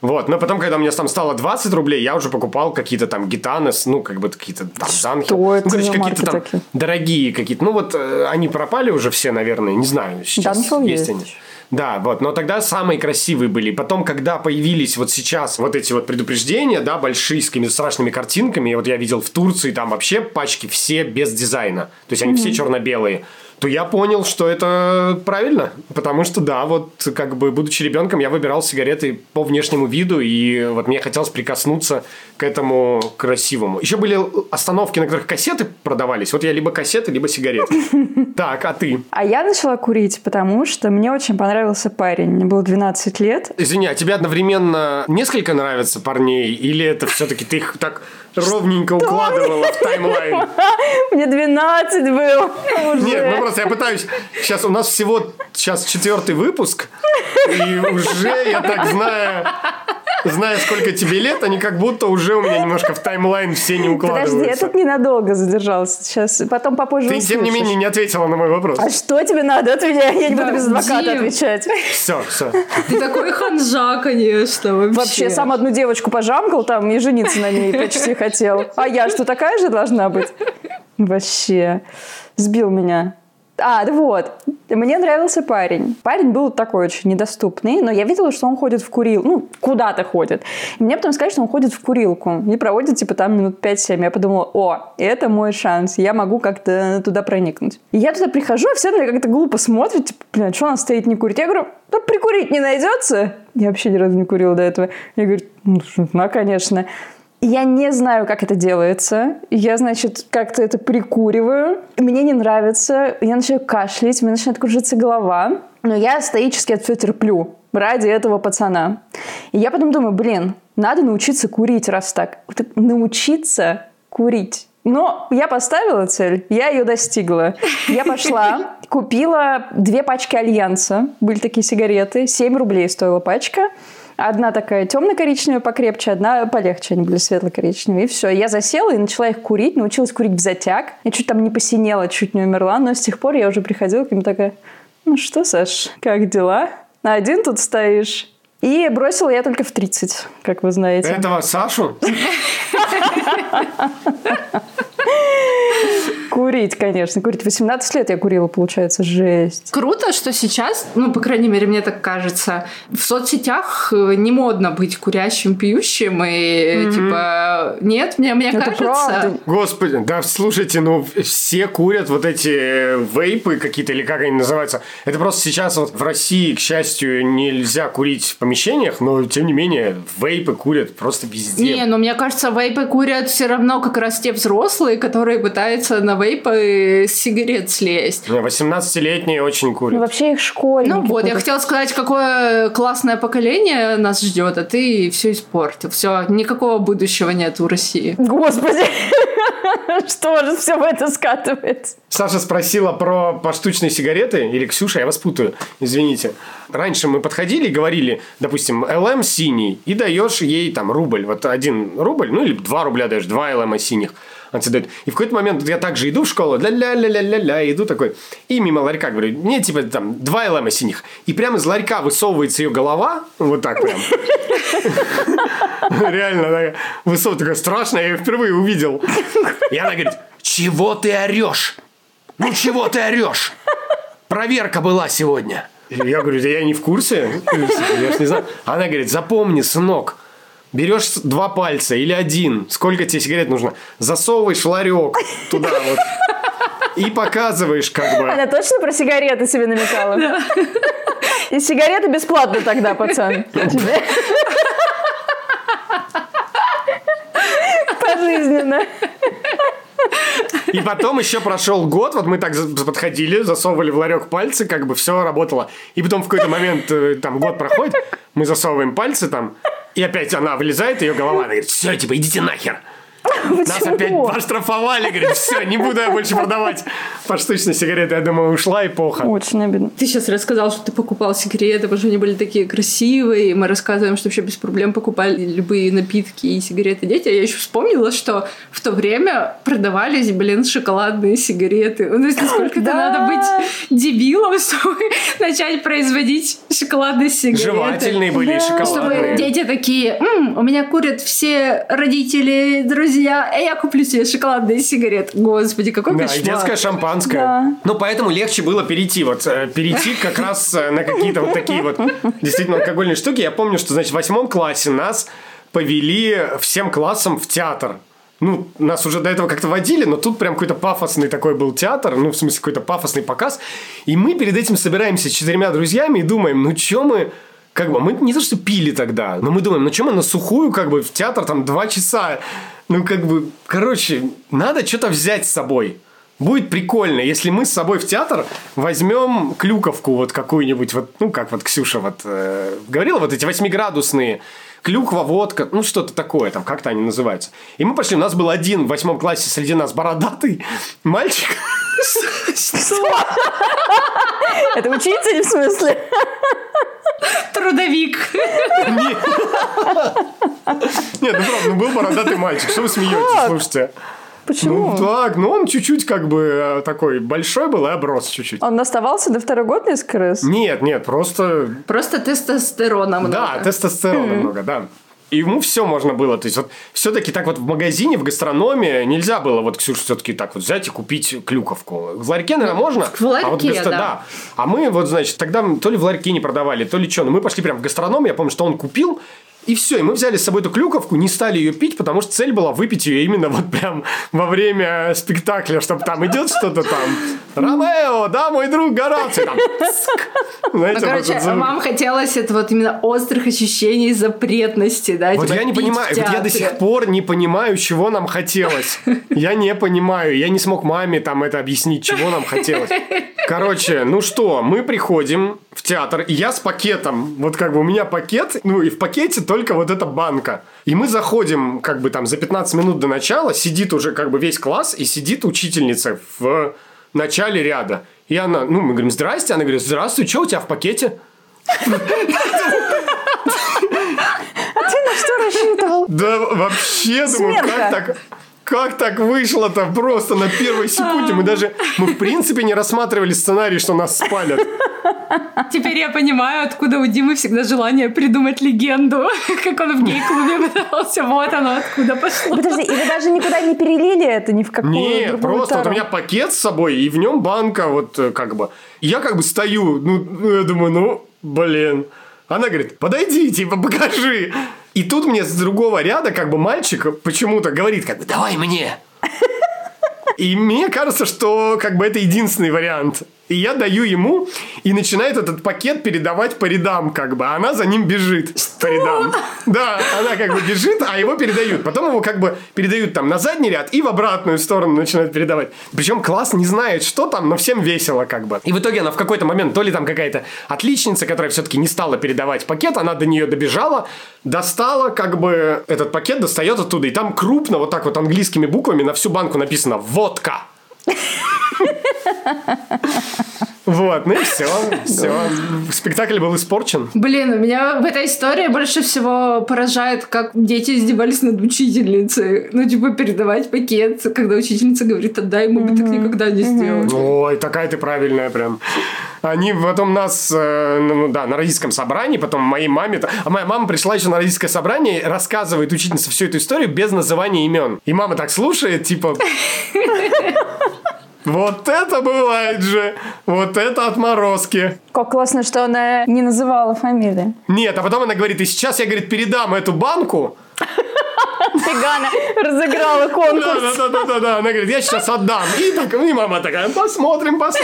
Вот, но потом, когда у меня там стало 20 рублей, я уже покупал какие-то там гитаны, ну, как бы какие-то там данхи. Что это короче, за какие-то там такие? дорогие какие-то. Ну, вот они пропали уже все, наверное, не знаю, сейчас Данхил есть есть. они. Да, вот, но тогда самые красивые были. Потом, когда появились вот сейчас вот эти вот предупреждения, да, большие, с какими-то страшными картинками, вот я видел в Турции, там вообще пачки все без дизайна, то есть они все черно-белые, то я понял, что это правильно, потому что, да, вот как бы, будучи ребенком, я выбирал сигареты по внешнему виду, и вот мне хотелось прикоснуться к этому красивому. Еще были остановки, на которых кассеты продавались, вот я либо кассеты, либо сигареты. Так, а ты? А я начала курить, потому что мне очень понравился парень. Мне было 12 лет. Извини, а тебе одновременно несколько нравится парней, или это все-таки ты их так ровненько укладывала в таймлайн? Мне 12 было уже. Нет, ну просто я пытаюсь... Сейчас у нас всего сейчас 4-й выпуск, и уже я так зная, сколько тебе лет, они как будто уже у меня немножко в таймлайн все не укладываются. Подожди, я тут ненадолго задержался. Сейчас, потом попозже Ты, тем не услышишь. менее, не ответила на мой вопрос. А что тебе надо от меня? Я не буду Да, без адвоката Дим. отвечать. Все. Ты такой ханжа, конечно, вообще. Вообще, сам одну девочку пожамкал там и жениться на ней почти хотел. А я что, такая же должна быть? Вообще. Сбил меня. Вот. Мне нравился парень. Парень был такой очень недоступный, но я видела, что он ходит в курилку. Ну, куда-то ходит. И мне потом сказали, что он ходит в курилку. И проводит, типа, там минут 5-7. Я подумала, это мой шанс. Я могу как-то туда проникнуть. И я туда прихожу, а все на меня как-то глупо смотрят. Типа, блин, что она стоит не курит? Я говорю, да прикурить не найдется. Я вообще ни разу не курила до этого. Я говорю, конечно. Я не знаю, как это делается. Я, значит, как-то это прикуриваю. Мне не нравится. Я начинаю кашлять, мне начинает кружиться голова. Но я стоически это все терплю ради этого пацана. И я потом думаю, надо научиться курить, раз так. Научиться курить. Но я поставила цель, я ее достигла. Я пошла, купила 2 пачки Альянса. Были такие сигареты. 7 рублей стоила пачка. Одна такая темно-коричневая покрепче, одна полегче. Они были светло-коричневые. И все. Я засела и начала их курить. Научилась курить в затяг. Я чуть там не посинела, чуть не умерла. Но с тех пор я уже приходила к нему такая, ну что, Саш, как дела? Один тут стоишь. И бросила я только в 30, как вы знаете. Этого Сашу? Курить, конечно. Курить. 18 лет я курила, получается. Жесть. Круто, что сейчас, ну, по крайней мере, мне так кажется, в соцсетях не модно быть курящим, пьющим, и типа, нет, мне Это кажется... правда. Господи, да слушайте, ну все курят вот эти вейпы какие-то, или как они называются. Это просто сейчас вот в России, к счастью, нельзя курить в помещениях, но тем не менее вейпы курят просто везде. Не, но мне кажется, вейпы курят все равно как раз те взрослые, которые пытаются на вейпы с сигарет слезть. 18-летние очень курят. Ну, вообще их школьники. Ну вот, я курят. хотела сказать, какое классное поколение нас ждет, а ты все испортил. Все, никакого будущего нет у России. Господи, что же все в это скатывается? Саша спросила про поштучные сигареты, или Ксюша, я вас путаю, извините. Раньше мы подходили и говорили, допустим, ЛМ синий, и даешь ей там рубль. Вот 1 рубль, ну или 2 рубля даешь, 2 ЛМ синих. Он тебе дает. И в какой-то момент вот я также иду в школу, ля-ля-ля-ля-ля-ля, иду такой, и мимо ларька говорю, мне типа там 2 ЛМ синих. И прямо из ларька высовывается ее голова, вот так прям. Реально, высовывается, такая страшная, я ее впервые увидел. И она говорит, чего ты орешь? Ну чего ты орешь? Проверка была сегодня. Я говорю, да я не в курсе, я ж не знаю. Она говорит, запомни, сынок, берешь 2 пальца или 1, сколько тебе сигарет нужно, засовываешь в ларек туда вот и показываешь как бы. Она точно про сигареты себе намекала? Да. И сигареты бесплатно тогда, пацан. Пожизненно. И потом еще прошел год, вот мы так подходили, засовывали в ларек пальцы, как бы все работало. И потом в какой-то момент, там год проходит, мы засовываем пальцы там, и опять она вылезает, ее голова, она говорит, все, типа, идите нахер. Нас опять оштрафовали, говорит, все, не буду я больше продавать поштучные сигареты. Я думаю, ушла эпоха. Очень обидно. Ты сейчас рассказал, что ты покупал сигареты, потому что они были такие красивые, и мы рассказываем, что вообще без проблем покупали любые напитки и сигареты дети. Я еще вспомнила, что в то время продавались, шоколадные сигареты. Ну, то есть, насколько это надо быть дебилов, чтобы начать производить шоколадные сигареты. Жевательные были, шоколадные. Чтобы дети такие, у меня курят все родители, друзья, а я куплю себе шоколадные сигареты. Господи, какой Да, кошмар. и детское шампанское. Да. Ну, поэтому легче было перейти как раз на какие-то вот такие вот действительно алкогольные штуки. Я помню, что, значит, в 8 классе нас повели всем классом в театр. Ну, нас уже до этого как-то водили, но тут прям какой-то пафосный такой был театр, ну, в смысле, какой-то пафосный показ. И мы перед этим собираемся с 4 друзьями и думаем, ну, чё мы... Как бы, мы не то, что пили тогда, но мы думаем, ну, чё мы на сухую, как бы, в театр там 2 часа. Ну, как бы, короче, надо что-то взять с собой. Будет прикольно, если мы с собой в театр возьмем клюковку вот какую-нибудь, вот, ну, как вот Ксюша вот говорила, вот эти 8-градусные, клюква, водка, ну, что-то такое, там, как-то они называются. И мы пошли, у нас был один в 8 классе среди нас бородатый мальчик. Что? Это учитель, в смысле? Трудовик. Нет, ну, правда, был бородатый мальчик, что вы смеетесь, слушайте. Почему? Ну, так, он чуть-чуть как бы такой большой был и оброс чуть-чуть. Он оставался до 2-й год несколько раз? Нет, просто... Просто тестостерона много. Да, тестостерона много, да. И ему все можно было. То есть, вот все-таки так вот в магазине, в гастрономе нельзя было, вот, Ксюша, все-таки так вот взять и купить клюковку. В ларьке, наверное, можно. В ларьке, а вот да. А мы вот, значит, тогда то ли в ларьке не продавали, то ли что. Но мы пошли прям в гастроном, я помню, что он купил. И все, и мы взяли с собой эту клюковку, не стали ее пить, потому что цель была выпить ее именно вот прям во время спектакля, чтобы там идет что-то там. Ромео, да, мой друг Гораций. Там, знаете, ну, короче, вот вам хотелось это вот именно острых ощущений запретности, да? Вот типа я не понимаю, вот я до сих пор не понимаю, чего нам хотелось. Я не понимаю, я не смог маме там это объяснить, чего нам хотелось. Короче, ну что, мы приходим в театр, и я с пакетом, вот как бы у меня пакет, ну и в пакете только вот эта банка. И мы заходим как бы там за 15 минут до начала, сидит уже как бы весь класс, и сидит учительница в начале ряда. И она, ну мы говорим, здрасте, она говорит, здравствуй, что у тебя в пакете? А ты на что рассчитывал? Да вообще, думаю, как так вышло-то просто на первой секунде? Мы в принципе не рассматривали сценарий, что нас спалят. Теперь я понимаю, откуда у Димы всегда желание придумать легенду, как он в гей-клубе пытался. Вот оно откуда пошло. Подожди, и вы даже никуда не перелили это ни в какую Нет, другую просто вот тару? у меня пакет с собой, и в нем банка, вот как бы. Я как бы стою, ну, я думаю, блин. Она говорит, подойди, типа, покажи. И тут мне с другого ряда как бы мальчик почему-то говорит, как бы, давай мне. И мне кажется, что как бы это единственный вариант. И я даю ему, и начинает этот пакет передавать по рядам, как бы. А она за ним бежит по рядам. Да, она как бы бежит, а его передают. Потом его как бы передают там на задний ряд и в обратную сторону начинают передавать. Причем класс не знает, что там, но всем весело как бы. И в итоге она в какой-то момент, то ли там какая-то отличница, которая все-таки не стала передавать пакет, она до нее добежала, достала как бы этот пакет, достает оттуда, и там крупно вот так вот английскими буквами на всю банку написано «Водка». Вот, ну и все. Спектакль был испорчен. Блин, меня в этой истории больше всего поражает, как дети издевались над учительницей. Ну, типа, передавать пакет, когда учительница говорит, отдай, мы бы так никогда не сделали. Ой, такая ты правильная прям. Они потом нас, на родительском собрании, потом моей маме... А моя мама пришла еще на родительское собрание, рассказывает учительница всю эту историю без называния имен. И мама так слушает, типа... Вот это бывает же! Вот это отморозки! Как классно, что она не называла фамилии. Нет, а потом она говорит, и сейчас я, говорит, передам эту банку. Фигана разыграла конкурс. Да. Она говорит, я сейчас отдам. И мама такая, посмотрим. Кто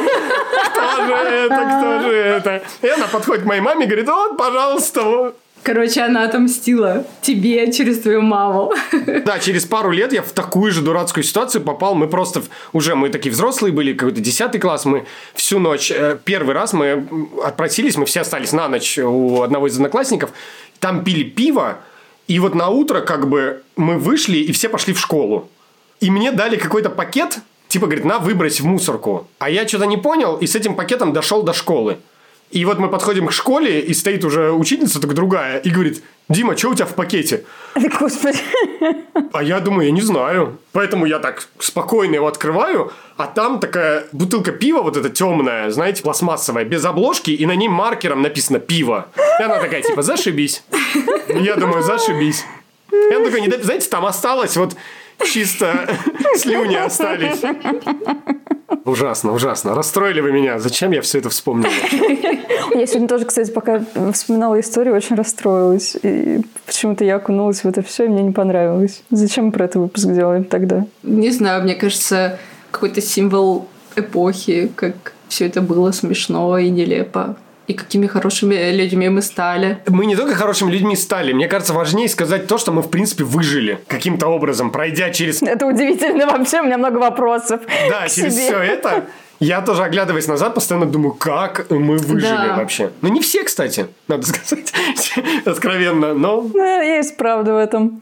же это? И она подходит к моей маме и говорит, вот, пожалуйста, Короче, она отомстила тебе через твою маму. Да, через пару лет я в такую же дурацкую ситуацию попал. Мы просто мы такие взрослые были, какой-то 10 класс. Мы всю ночь, первый раз мы отпросились, мы все остались на ночь у одного из одноклассников. Там пили пиво. И вот на утро как бы мы вышли и все пошли в школу. И мне дали какой-то пакет, типа, говорит, на, выбрось в мусорку. А я что-то не понял и с этим пакетом дошел до школы. И вот мы подходим к школе, и стоит уже учительница, так другая, и говорит: Дима, что у тебя в пакете? Господи. А я думаю, я не знаю. Поэтому я так спокойно его открываю, а там такая бутылка пива, вот эта темная, знаете, пластмассовая, без обложки, и на ней маркером написано «пиво». И она такая, типа, зашибись. Я думаю, зашибись. И она такая, знаете, там осталось вот чисто слюни остались. Ужасно, ужасно. Расстроили вы меня. Зачем я все это вспомнил? Я сегодня тоже, кстати, пока вспоминала историю, очень расстроилась. И почему-то я окунулась в это все, и мне не понравилось. Зачем мы про это выпуск делаем тогда? Не знаю, мне кажется, какой-то символ эпохи, как все это было смешно и нелепо. И какими хорошими людьми мы стали. Мы не только хорошими людьми стали. Мне кажется, важнее сказать то, что мы, в принципе, выжили. Каким-то образом, пройдя через... Это удивительно вообще, у меня много вопросов. Да, через все это... Я тоже, оглядываясь назад, постоянно думаю, как мы выжили вообще. Ну, не все, кстати, надо сказать откровенно, но... Да, есть правда в этом.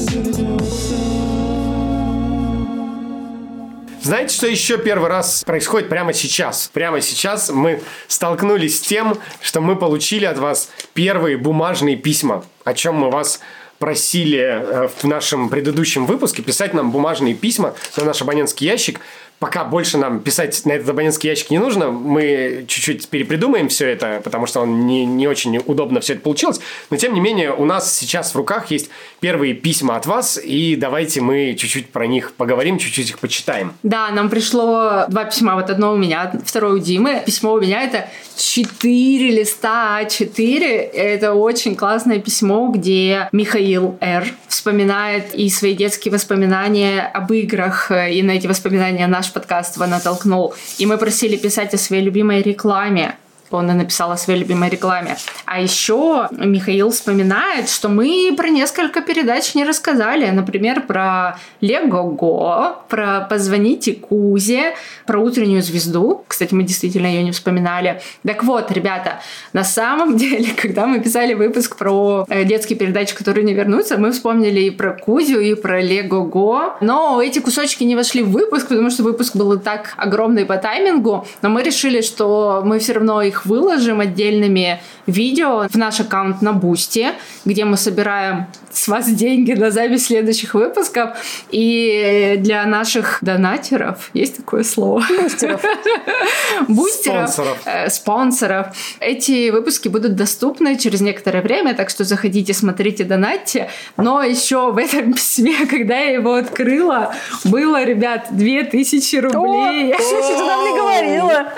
Знаете, что еще первый раз происходит прямо сейчас? Прямо сейчас мы столкнулись с тем, что мы получили от вас первые бумажные письма, о чем мы вас просили в нашем предыдущем выпуске писать нам бумажные письма на наш абонентский ящик. Пока больше нам писать на этот абонентский ящик не нужно, мы чуть-чуть перепридумаем все это, потому что он не очень удобно все это получилось. Но, тем не менее, у нас сейчас в руках есть первые письма от вас, и давайте мы чуть-чуть про них поговорим, чуть-чуть их почитаем. Да, нам пришло 2 письма. Вот одно у меня, второе у Димы. Письмо у меня — это 4 листа А4. Это очень классное письмо, где Михаил Р. вспоминает и свои детские воспоминания об играх, и на эти воспоминания наш подкаст его натолкнул. И мы просили писать о своей любимой рекламе. Он и написал о своей любимой рекламе. А еще Михаил вспоминает, что мы про несколько передач не рассказали. Например, про Лего-го, про «Позвоните Кузе», про «Утреннюю звезду». Кстати, мы действительно ее не вспоминали. Так вот, ребята, на самом деле, когда мы писали выпуск про детские передачи, которые не вернутся, мы вспомнили и про Кузю, и про Лего-го. Но эти кусочки не вошли в выпуск, потому что выпуск был и так огромный по таймингу. Но мы решили, что мы все равно их выложим отдельными видео в наш аккаунт на Бусти, где мы собираем с вас деньги на запись следующих выпусков. И для наших донатеров, есть такое слово? Бустеров. Спонсоров. Эти выпуски будут доступны через некоторое время, так что заходите, смотрите, донатьте. Но еще в этом письме, когда я его открыла, было, ребят, 2000 рублей. Слушай, ты нам не говорила.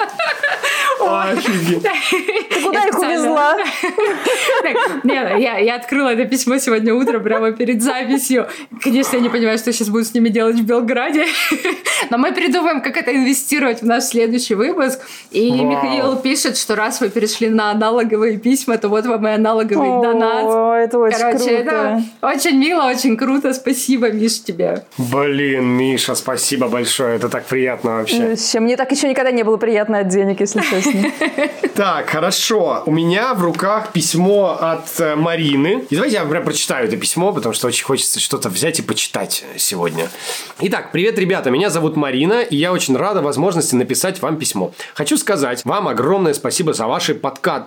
Ты куда их увезла? Я открыла это письмо сегодня утром прямо перед записью. Конечно, я не понимаю, что я сейчас буду с ними делать в Белграде. Но мы придумаем, как это инвестировать в наш следующий выпуск. И Михаил пишет, что раз вы перешли на аналоговые письма, то вот вам и аналоговый донат. Это очень круто. Это очень мило, очень круто. Спасибо, Миш, тебе. Блин, Миша, спасибо большое. Это так приятно вообще. Мне так еще никогда не было приятно от денег, если честно. Так, хорошо. У меня в руках письмо от Марины. И давайте я прям прочитаю это письмо, потому что очень хочется что-то взять и почитать сегодня. Итак, привет, ребята. Меня зовут Марина, и я очень рада возможности написать вам письмо. Хочу сказать вам огромное спасибо за ваши подкасты.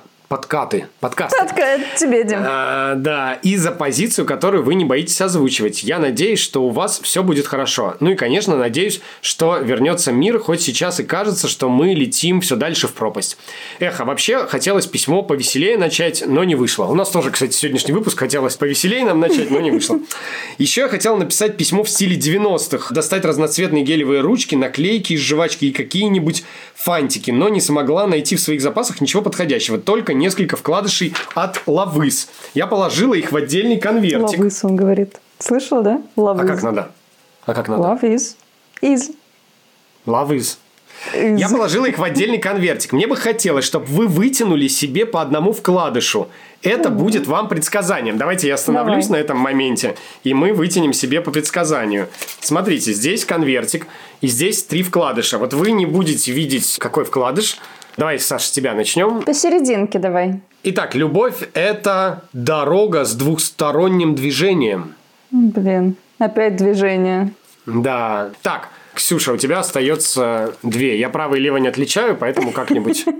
Тебе, Дим. Да, и за позицию, которую вы не боитесь озвучивать. Я надеюсь, что у вас все будет хорошо. Ну и, конечно, надеюсь, что вернется мир, хоть сейчас и кажется, что мы летим все дальше в пропасть. Эх, а вообще хотелось письмо повеселее начать, но не вышло. У нас тоже, кстати, сегодняшний выпуск хотелось повеселее нам начать, но не вышло. Еще я хотел написать письмо в стиле 90-х. Достать разноцветные гелевые ручки, наклейки из жвачки и какие-нибудь фантики, но не смогла найти в своих запасах ничего подходящего. Только несколько вкладышей от Лавыс. Я положила их в отдельный конвертик. Лавыс, он говорит. Слышала, да? Лавыс. А как надо? Лавыс. Лавыс. Я положила их в отдельный конвертик. Мне бы хотелось, чтобы вы вытянули себе по одному вкладышу. Это будет вам предсказанием. Давайте я остановлюсь на этом моменте, и мы вытянем себе по предсказанию. Смотрите, здесь конвертик, и здесь 3 вкладыша. Вот вы не будете видеть, какой вкладыш. Давай, Саша, с тебя начнем. Посерединке давай. Итак, любовь – это дорога с двухсторонним движением. Блин, опять движение. Да. Так, Ксюша, у тебя остается 2. Я право и лево не отличаю, поэтому как-нибудь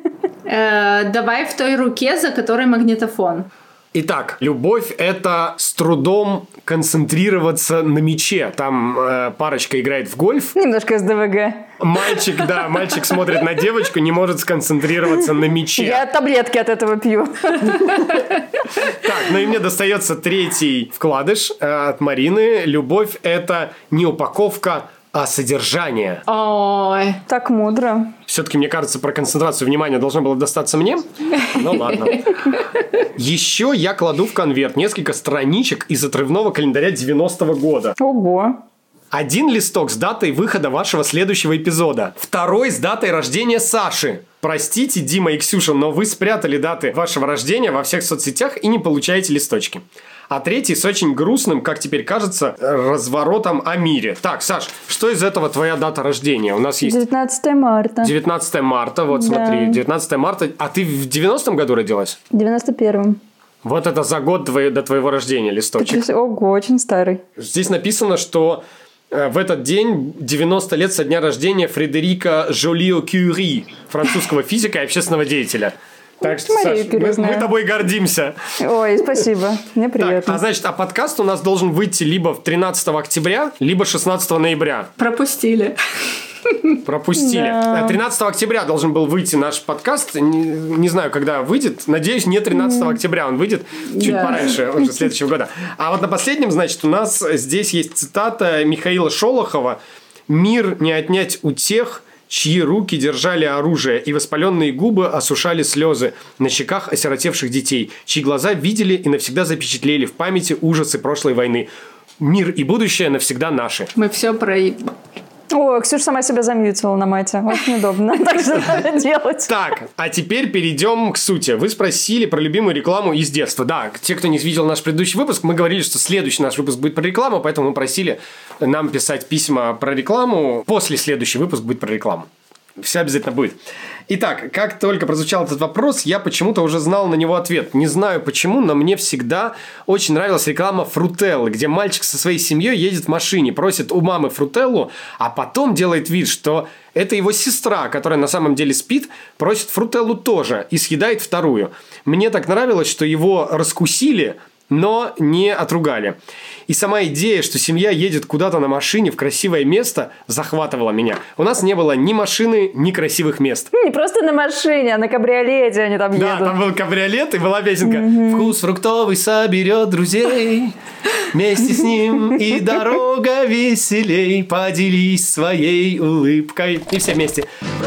Давай в той руке, за которой магнитофон. Итак, любовь – это с трудом концентрироваться на мяче. Там парочка играет в гольф. Немножко СДВГ. Мальчик смотрит на девочку, не может сконцентрироваться на мяче. Я таблетки от этого пью. Так, ну и мне достается третий вкладыш от Марины. Любовь – это не упаковка, а содержание. Ой. Так мудро. Все-таки, мне кажется, про концентрацию внимания должно было достаться мне. Ну ладно. Еще я кладу в конверт несколько страничек из отрывного календаря 90-го года. Ого. Один листок с датой выхода вашего следующего эпизода. Второй с датой рождения Саши. Простите, Дима и Ксюша, но вы спрятали даты вашего рождения во всех соцсетях и не получаете листочки. А третий с очень грустным, как теперь кажется, разворотом о мире. Так, Саш, что из этого твоя дата рождения? У нас есть... 19 марта. 19 марта, вот смотри, 19 марта. А ты в 90-м году родилась? В 91-м. Вот это за год до твоего рождения листочек. Ого, очень старый. Здесь написано, что в этот день 90 лет со дня рождения Фредерика Жолио-Кюри, французского физика и общественного деятеля. Так что, Саш, мы тобой гордимся. Ой, спасибо. Мне приятно. Так, а подкаст у нас должен выйти либо 13 октября, либо 16 ноября. Пропустили. Да. 13 октября должен был выйти наш подкаст. Не знаю, когда выйдет. Надеюсь, не 13 октября. Он выйдет чуть пораньше, уже следующего года. А вот на последнем, значит, у нас здесь есть цитата Михаила Шолохова. «Мир не отнять у тех, чьи руки держали оружие, и воспаленные губы осушали слезы на щеках осиротевших детей, чьи глаза видели и навсегда запечатлели в памяти ужасы прошлой войны. Мир и будущее навсегда наши». Мы все проебали. О, Ксюша сама себя замьютила на мате. Очень удобно. Так что надо делать. Так, а теперь перейдем к сути. Вы спросили про любимую рекламу из детства. Да, те, кто не видел наш предыдущий выпуск, мы говорили, что следующий наш выпуск будет про рекламу, поэтому мы просили нам писать письма про рекламу. После следующий выпуск будет про рекламу. Все обязательно будет. Итак, как только прозвучал этот вопрос, я почему-то уже знал на него ответ. Не знаю почему, но мне всегда очень нравилась реклама Фрутеллы, где мальчик со своей семьей едет в машине, просит у мамы Фрутеллу, а потом делает вид, что это его сестра, которая на самом деле спит, просит Фрутеллу тоже и съедает вторую. Мне так нравилось, что его раскусили, но не отругали. И сама идея, что семья едет куда-то на машине в красивое место, захватывала меня. У нас не было ни машины, ни красивых мест. Не просто на машине, а на кабриолете они там едут. Да, там был кабриолет и была песенка «Вкус фруктовый соберет друзей, вместе с ним и дорога веселей, поделись своей улыбкой». И все вместе.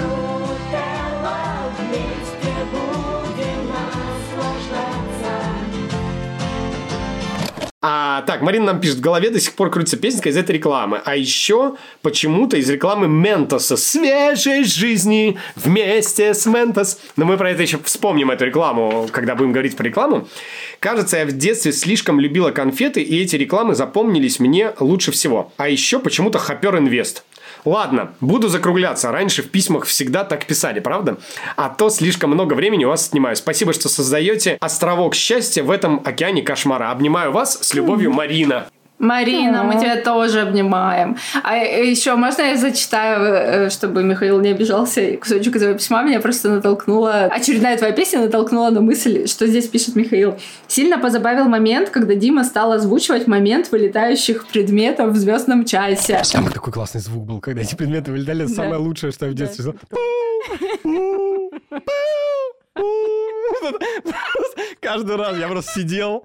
Так, Марина нам пишет, в голове до сих пор крутится песенка из этой рекламы. А еще почему-то из рекламы Ментоса. Свежей жизни вместе с Ментос. Но мы про это еще вспомним, эту рекламу, когда будем говорить про рекламу. Кажется, я в детстве слишком любила конфеты, и эти рекламы запомнились мне лучше всего. А еще почему-то Хопер Инвест. Ладно, буду закругляться. Раньше в письмах всегда так писали, правда? А то слишком много времени у вас отнимаю. Спасибо, что создаете островок счастья в этом океане кошмара. Обнимаю вас. С любовью, Марина. Марина, мы тебя тоже обнимаем. А еще можно я зачитаю, чтобы Михаил не обижался? Кусочек из его письма меня просто натолкнула. Очередная твоя песня натолкнула на мысль, что здесь пишет Михаил. Сильно позабавил момент, когда Дима стал озвучивать момент вылетающих предметов в «Звездном часе». Там такой классный звук был, когда эти предметы вылетали. Это самое лучшее, что я в детстве знал. Каждый раз я просто сидел.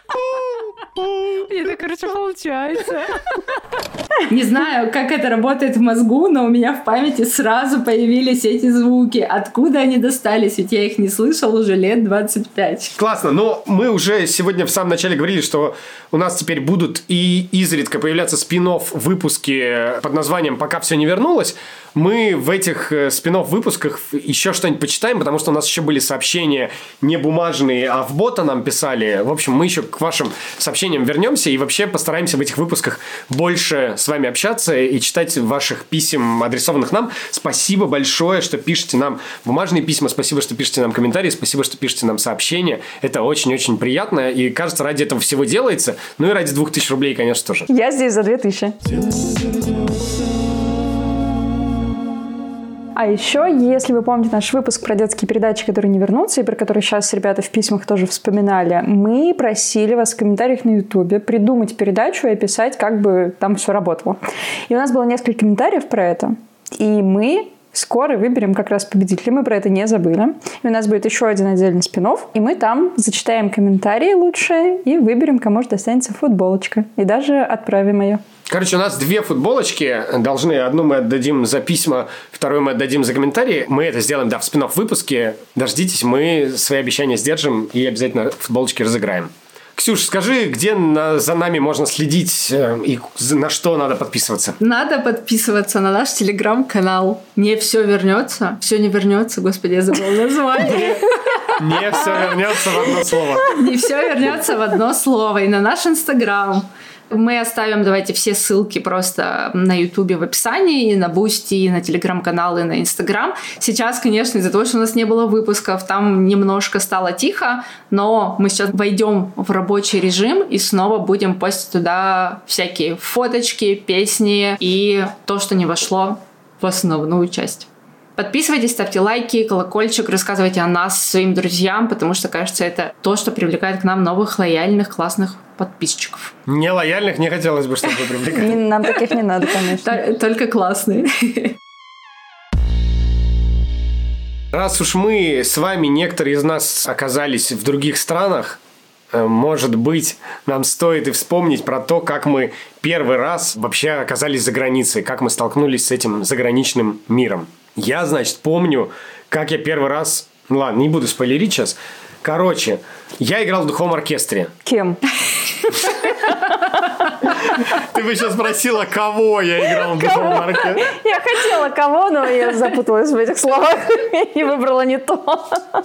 Это, короче, получается. Не знаю, как это работает в мозгу, но у меня в памяти сразу появились эти звуки. Откуда они достались? Ведь я их не слышал уже лет 25. Классно, но мы уже сегодня в самом начале говорили, что у нас теперь будут и изредка появляться спин-офф выпуски под названием «Пока все не вернулось». Мы в этих спин-офф выпусках еще что-нибудь почитаем, потому что у нас еще были сообщения не бумажные, а в бота нам писали. В общем, мы еще к вашим сообщениям вернемся и вообще постараемся в этих выпусках больше с вами общаться и читать ваших писем, адресованных нам. Спасибо большое, что пишете нам бумажные письма, спасибо, что пишете нам комментарии, спасибо, что пишете нам сообщения. Это очень-очень приятно и, кажется, ради этого всего делается. Ну и ради 2000 рублей, конечно, тоже. Я здесь за 2000. А еще, если вы помните наш выпуск про детские передачи, которые не вернутся, и про которые сейчас ребята в письмах тоже вспоминали, мы просили вас в комментариях на Ютубе придумать передачу и описать, как бы там все работало. И у нас было несколько комментариев про это. И мы скоро выберем как раз победителя. Мы про это не забыли. И у нас будет еще один отдельный спин-офф. И мы там зачитаем комментарии лучшие и выберем, кому же достанется футболочка. И даже отправим ее. Короче, у нас 2 футболочки должны. Одну мы отдадим за письма, вторую мы отдадим за комментарии. Мы это сделаем, в спин-офф выпуске. Дождитесь, мы свои обещания сдержим и обязательно футболочки разыграем. Ксюш, скажи, где за нами можно следить и на что надо подписываться? Надо подписываться на наш телеграм-канал. Не все вернется. Все не вернется, господи, я забыла название. Не все вернется в одно слово. Не все вернется в одно слово. И на наш инстаграм. Мы оставим, давайте, все ссылки просто на Ютубе в описании, и на Бусти, и на Телеграм-канал, и на Инстаграм. Сейчас, конечно, из-за того, что у нас не было выпусков, там немножко стало тихо, но мы сейчас войдем в рабочий режим и снова будем постить туда всякие фоточки, песни и то, что не вошло в основную часть. Подписывайтесь, ставьте лайки, колокольчик, рассказывайте о нас своим друзьям, потому что, кажется, это то, что привлекает к нам новых, лояльных, классных подписчиков. Не лояльных не хотелось бы, чтобы привлекать. Нам таких не надо, конечно. Только классные. Раз уж мы с вами, некоторые из нас оказались в других странах, может быть, нам стоит и вспомнить про то, как мы первый раз вообще оказались за границей, как мы столкнулись с этим заграничным миром. Я, значит, помню, как я первый раз... Ну ладно, не буду спойлерить сейчас. Короче, я играл в духовом оркестре. Кем? Ты бы сейчас спросила, кого я играл в духовом оркестре. Я хотела кого, но я запуталась в этих словах и выбрала не то.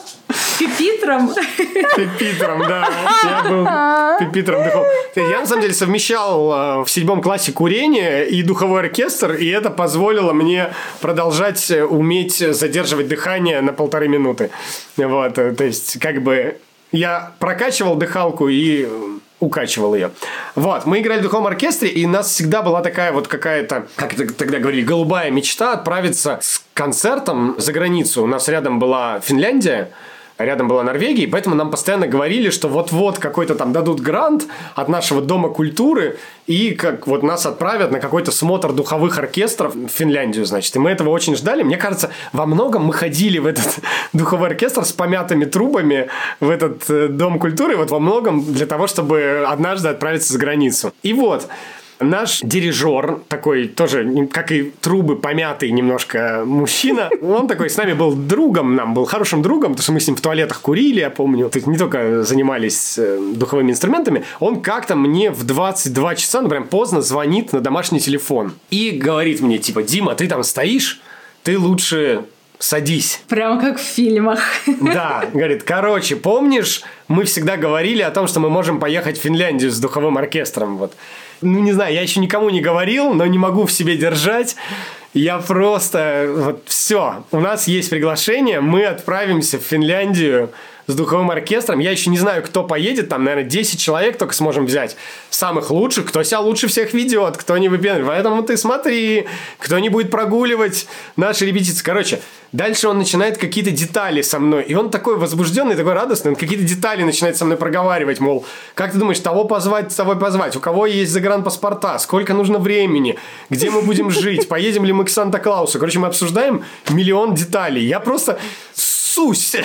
Пипитром. Пипитром, да. Я был пипитром духового. Я, на самом деле, совмещал в 7 классе курение и духовой оркестр, и это позволило мне продолжать уметь задерживать дыхание на 1,5 минуты. Вот, то есть, как бы, я прокачивал дыхалку и укачивал ее. Вот, мы играли в духовом оркестре, и у нас всегда была такая вот какая-то, как это тогда говорили, голубая мечта отправиться с концертом за границу. У нас рядом была Финляндия, рядом была Норвегия, и поэтому нам постоянно говорили, что вот-вот какой-то там дадут грант от нашего Дома культуры, и как вот нас отправят на какой-то смотр духовых оркестров в Финляндию, значит. И мы этого очень ждали. Мне кажется, во многом мы ходили в этот духовой оркестр с помятыми трубами в этот Дом культуры, вот во многом для того, чтобы однажды отправиться за границу. И вот... Наш дирижер, такой тоже, как и трубы, помятый немножко мужчина, он такой с нами был другом, нам был хорошим другом, потому что мы с ним в туалетах курили, я помню. То есть не только занимались духовыми инструментами. Он как-то мне в 22 часа, ну прям поздно, звонит на домашний телефон и говорит мне, типа, Дима, ты там стоишь, ты лучше... садись. Прямо как в фильмах. Да, говорит, короче, помнишь, мы всегда говорили о том, что мы можем поехать в Финляндию с духовым оркестром, вот. Ну, не знаю, я еще никому не говорил, но не могу в себе держать. Я просто... Вот все. У нас есть приглашение. Мы отправимся в Финляндию с духовым оркестром. Я еще не знаю, кто поедет. Там, наверное, 10 человек только сможем взять. Самых лучших. Кто себя лучше всех ведет. Кто не выпендривает. Поэтому ты смотри. Кто не будет прогуливать наши репетиции. Короче, дальше он начинает какие-то детали со мной. И он такой возбужденный, такой радостный. Он какие-то детали начинает со мной проговаривать. Мол, как ты думаешь, того позвать, того позвать? У кого есть загранпаспорта? Сколько нужно времени? Где мы будем жить? Поедем ли мы к Санта-Клаусу? Короче, мы обсуждаем миллион деталей. Я просто... ссусь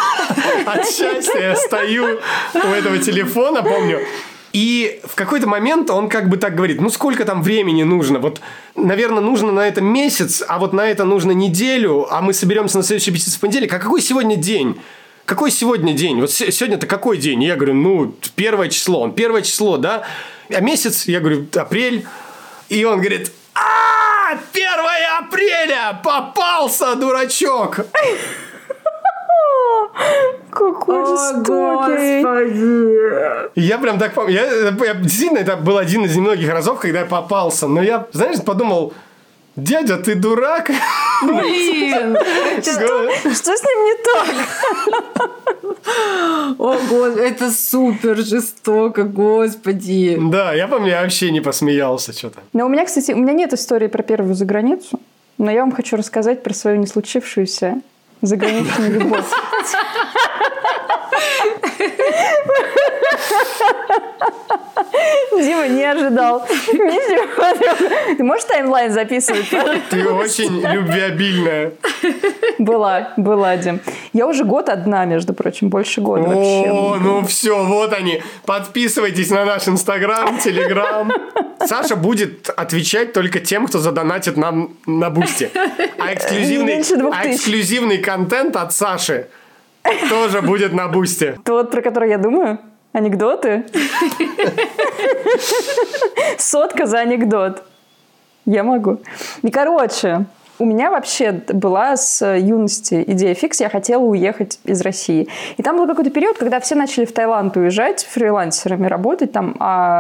от счастья. Я стою у этого телефона, помню. И в какой-то момент он как бы так говорит, ну сколько там времени нужно? Вот, наверное, нужно на это месяц, а вот на это нужно неделю, а мы соберемся на следующий репетицию в понедельник. А какой сегодня день? Какой сегодня день? Вот сегодня-то какой день? И я говорю, ну, 1 число. Он 1 число, да? А месяц? Я говорю, апрель. И он говорит, 1 апреля! Попался, дурачок! Какой жестокий. Я прям так помню. Я действительно, это был один из немногих разов, когда я попался. Но я, знаешь, подумал, дядя, ты дурак? Блин! Что с ним не так? Ого, это супер жестоко, господи. Да, я помню, я вообще не посмеялся что-то. Но у меня, кстати, нет истории про первую заграницу. но я вам хочу рассказать про свою не случившуюся заграничную любовь. Дима не ожидал. Ты можешь таймлайн записывать? Ты очень любвеобильная. Была, Дим. Я уже год одна, между прочим, больше года вообще. О, ну все, вот они. Подписывайтесь на наш Инстаграм, Телеграм. Саша будет отвечать только тем, кто задонатит нам на Бусти. А эксклюзивный контент от Саши тоже будет на Бусти. Тот, про который я думаю? Анекдоты? 100 за анекдот. Я могу. И, короче, у меня вообще была с юности идея фикс. Я хотела уехать из России. И там был какой-то период, когда все начали в Таиланд уезжать, фрилансерами работать там,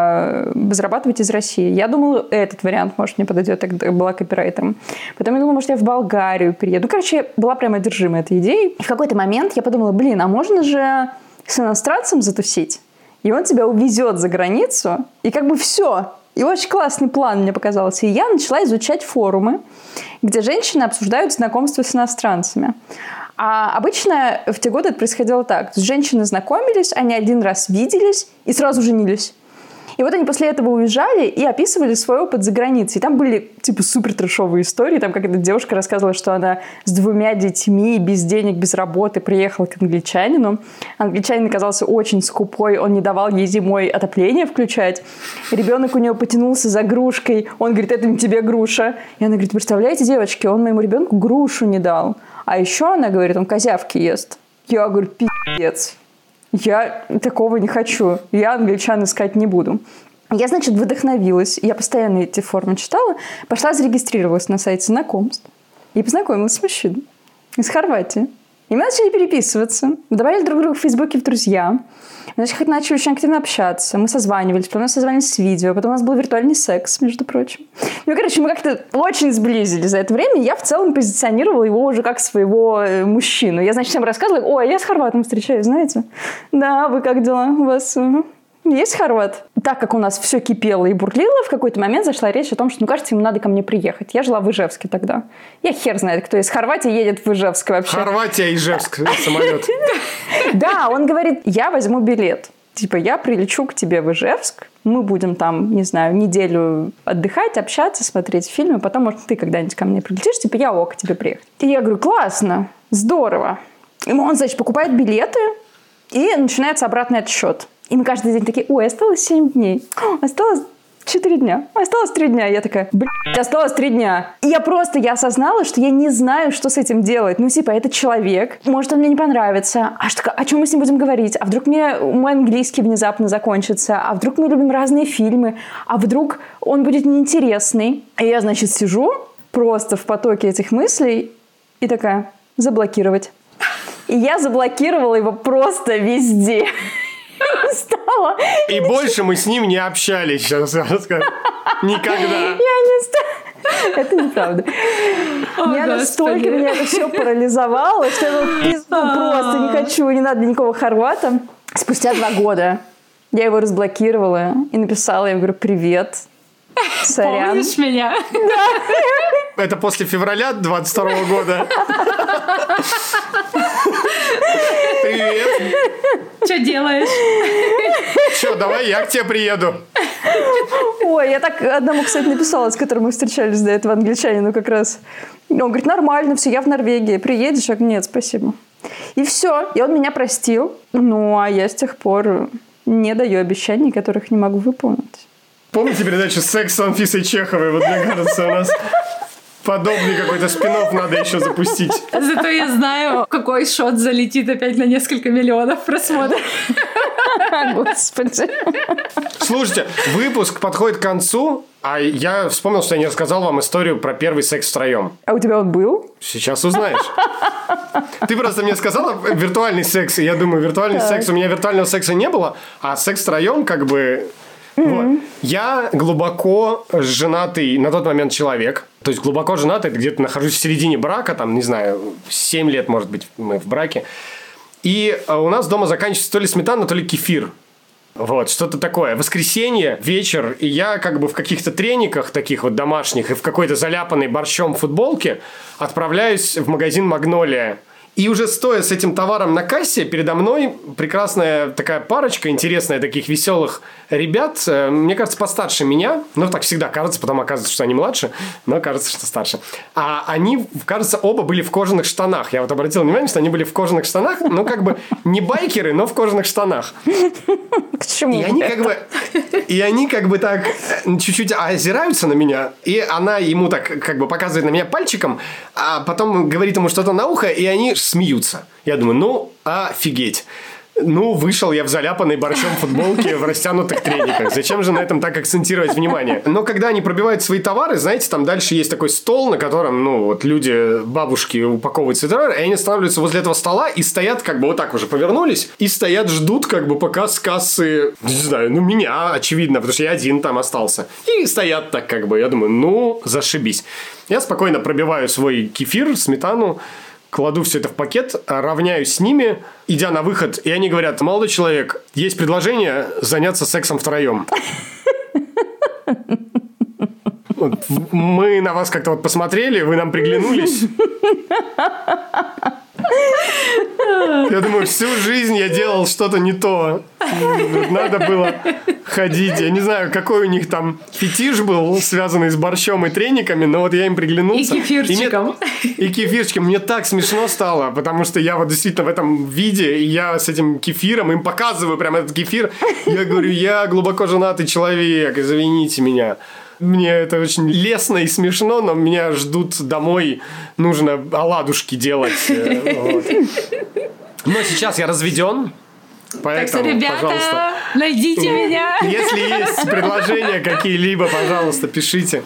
а зарабатывать из России. Я думала, этот вариант, может, мне подойдет, тогда была копирайтером. Потом я думала, может, я в Болгарию перееду. Ну, короче, я была прямо одержима этой идеей. И в какой-то момент я подумала, а можно же с иностранцем затусить? И он тебя увезет за границу, и как бы все. И очень классный план мне показался. И я начала изучать форумы, где женщины обсуждают знакомство с иностранцами. А обычно в те годы это происходило так. То есть женщины знакомились, они один раз виделись и сразу женились. И вот они после этого уезжали и описывали свой опыт за границей. И там были, супер трэшовые истории. Там какая-то девушка рассказывала, что она с 2 детьми, без денег, без работы приехала к англичанину. Англичанин оказался очень скупой, он не давал ей зимой отопление включать. Ребенок у нее потянулся за грушкой. Он говорит, это не тебе груша. И она говорит, представляете, девочки, он моему ребенку грушу не дал. А еще она говорит, он козявки ест. Я говорю, пиздец. Я такого не хочу. Я англичан искать не буду. Я, значит, вдохновилась. Я постоянно эти форумы читала. Пошла, зарегистрировалась на сайте знакомств. И познакомилась с мужчиной из Хорватии. И мы начали переписываться. Добавили друг друга в Фейсбуке в друзья. Значит, начали очень активно общаться. Мы созванивались. Потом мы созванивались с видео. Потом у нас был виртуальный секс, между прочим. Ну, короче, мы как-то очень сблизились за это время. Я в целом позиционировала его уже как своего мужчину. Я, значит, всем рассказывала, ой, я с хорватом встречаюсь, знаете? Да, вы как дела? У вас есть хорват? Так как у нас все кипело и бурлило, в какой-то момент зашла речь о том, что, кажется, ему надо ко мне приехать. Я жила в Ижевске тогда. Я хер знает, кто из Хорватии едет в Ижевск вообще. Хорватия, Ижевск, самолет. Да, он говорит, я возьму билет. Я прилечу к тебе в Ижевск, мы будем там, не знаю, неделю отдыхать, общаться, смотреть фильмы, потом, может, ты когда-нибудь ко мне прилетишь, я ок, к тебе приехать. И я говорю, классно, здорово. И он, значит, покупает билеты, и начинается обратный отсчет. И мы каждый день такие, ой, осталось 7 дней, осталось 4 дня, осталось 3 дня. Я такая, осталось 3 дня. И я осознала, что я не знаю, что с этим делать. Это человек, может, он мне не понравится. О чем мы с ним будем говорить? А вдруг мой английский внезапно закончится? А вдруг мы любим разные фильмы? А вдруг он будет неинтересный? И я, значит, сижу просто в потоке этих мыслей и такая, заблокировать. И я заблокировала его просто везде. Стала. И больше мы с ним не общались, сейчас расскажу. Никогда. Я не стала. Это неправда. Настолько меня это все парализовало, что я просто не хочу, не надо никакого хорвата. Спустя 2 года я его разблокировала и написала, я говорю, привет, сорян. Помнишь меня? Да. Это после февраля 22 года. Привет. Что делаешь? Что, давай я к тебе приеду. Ой, я так одному, кстати, написала, с которым мы встречались до этого, англичанину как раз. Он говорит, нормально, все, я в Норвегии. Приедешь? Я говорю, нет, спасибо. И все. И он меня простил. Ну, а я с тех пор не даю обещаний, которых не могу выполнить. Помните передачу «Секс» с Анфисой Чеховой? Вот мне кажется, у нас подобный какой-то спин-офф надо еще запустить. Зато я знаю, какой шот залетит опять на несколько миллионов просмотров. Господи. Слушайте, выпуск подходит к концу, а я вспомнил, что я не рассказал вам историю про первый секс втроем. А у тебя он был? Сейчас узнаешь. Ты просто мне сказала виртуальный секс, и я думаю, виртуальный секс, у меня виртуального секса не было, а секс втроем как бы... Вот. Я глубоко женатый на тот момент человек. То есть глубоко женатый, это где-то нахожусь в середине брака, там, не знаю, 7 лет, может быть, мы в браке. И у нас дома заканчивается то ли сметана, то ли кефир. Вот, что-то такое. Воскресенье, вечер, и я как бы в каких-то трениках таких вот домашних и в какой-то заляпанной борщом футболке отправляюсь в магазин «Магнолия». И уже стоя с этим товаром на кассе, передо мной прекрасная такая парочка интересная таких веселых ребят, мне кажется, постарше меня. Ну, так всегда кажется, потом оказывается, что они младше, но кажется, что старше. А они, кажется, оба были в кожаных штанах. Я вот обратил внимание, что они были в кожаных штанах, ну, как бы не байкеры, но в кожаных штанах. К чему? И они как бы так чуть-чуть озираются на меня, и она ему так как бы показывает на меня пальчиком, а потом говорит ему что-то на ухо, и они смеются. Я думаю, ну, офигеть. Ну, вышел я в заляпанной борщом футболке в растянутых трениках. Зачем же на этом так акцентировать внимание? Но когда они пробивают свои товары, знаете, там дальше есть такой стол, на котором, ну, вот люди, бабушки упаковывают свои товары, и они останавливаются возле этого стола и стоят как бы вот так уже повернулись, и стоят, ждут как бы пока с кассы, не знаю, ну, меня, очевидно, потому что я один там остался. И стоят так как бы, я думаю, ну, зашибись. Я спокойно пробиваю свой кефир, сметану, кладу все это в пакет, равняюсь с ними, идя на выход, и они говорят: молодой человек, есть предложение заняться сексом втроем. Вот, мы на вас как-то вот посмотрели, вы нам приглянулись. Я думаю, всю жизнь я делал что-то не то. Надо было ходить. Я не знаю, какой у них там фетиш был, связанный с борщом и трениками, но вот я им приглянулся. И кефирчиком. И кефирчиком. Мне так смешно стало, потому что я вот действительно в этом виде, и я с этим кефиром им показываю прямо этот кефир. Я говорю, я глубоко женатый человек, извините меня. Мне это очень лестно и смешно, но меня ждут домой, нужно оладушки делать. Вот. Но сейчас я разведен, поэтому, так что, ребята, пожалуйста, найдите меня. если есть предложения какие-либо, пожалуйста, пишите.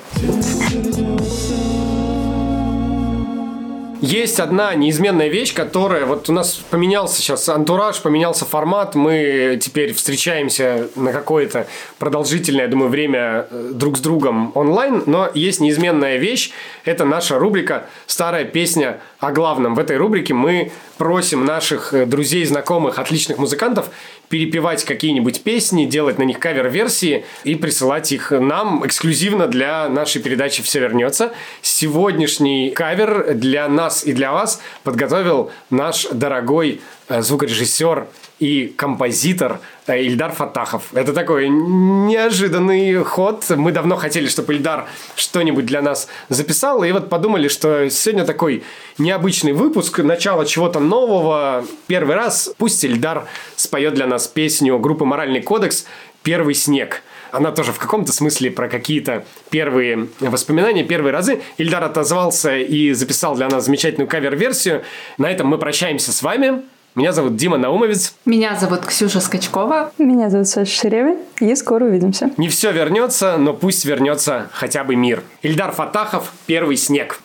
Есть одна неизменная вещь, которая... Вот у нас поменялся сейчас антураж, поменялся формат. Мы теперь встречаемся на какое-то продолжительное, я думаю, время друг с другом онлайн. Но есть неизменная вещь. Это наша рубрика «Старая песня о главном». В этой рубрике мы просим наших друзей, знакомых, отличных музыкантов перепевать какие-нибудь песни, делать на них кавер-версии и присылать их нам эксклюзивно для нашей передачи «Все вернется». Сегодняшний кавер для нас и для вас подготовил наш дорогой звукорежиссер и композитор Ильдар Фаттахов. Это такой неожиданный ход. Мы давно хотели, чтобы Ильдар что-нибудь для нас записал. И вот подумали, что сегодня такой необычный выпуск, начало чего-то нового. Первый раз пусть Ильдар споет для нас песню группы «Моральный кодекс» «Первый снег». Она тоже в каком-то смысле про какие-то первые воспоминания, первые разы. Ильдар отозвался и записал для нас замечательную кавер-версию. На этом мы прощаемся с вами. Меня зовут Дима Наумовец. Меня зовут Ксюша Скачкова. Меня зовут Саша Шеревин. И скоро увидимся. Не все вернется, но пусть вернется хотя бы мир. Ильдар Фаттахов, «Первый снег».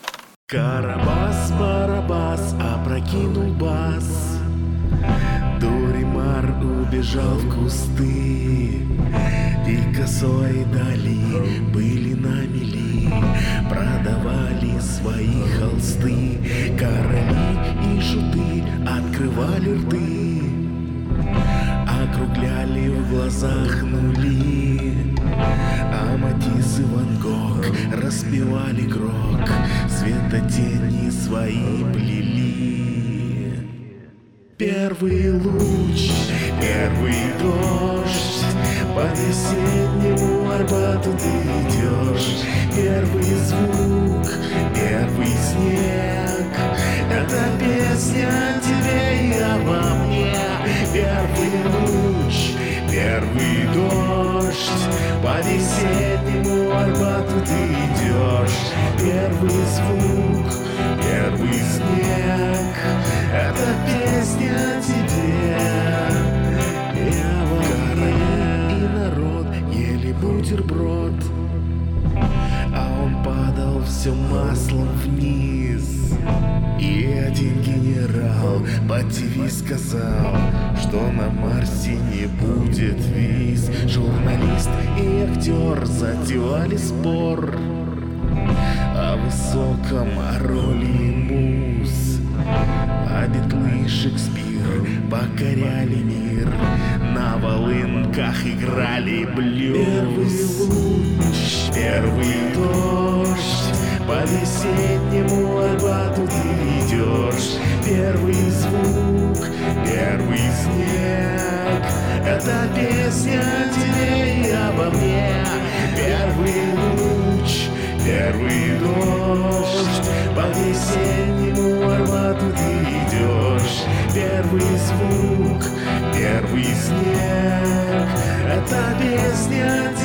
Карабас-барабас опрокинул бас, Дуримар убежал в кусты, и косой дали были на мели, продавали свои холсты, короли и шуты открывали рты, округляли в глазах нули, а Матисс и Ван Гог распевали грок, светотени свои плели. Первый луч, первый дождь, по весеннему Арбату ты идешь. Первый звук, первый снег, это песня о тебе и обо мне. Первый луч, первый дождь, по весеннему Арбату ты идешь. Первый звук, первый снег, это песня о тебе и обо мне. И народ ели бутерброд, а он падал все маслом вниз. И один генерал по ТВ сказал, что на Марсе не будет виз. Журналист и актер затевали спор о высоком роли муз. А Битлы и Шекспир покоряли мир, на волынках играли блюз. Первый дождь, по весеннему Арбату ты идешь. Первый звук, первый снег, это песня о тебе и обо мне. Первый луч, первый дождь, по весеннему Арбату ты идешь. Первый звук, первый снег, это песня о тебе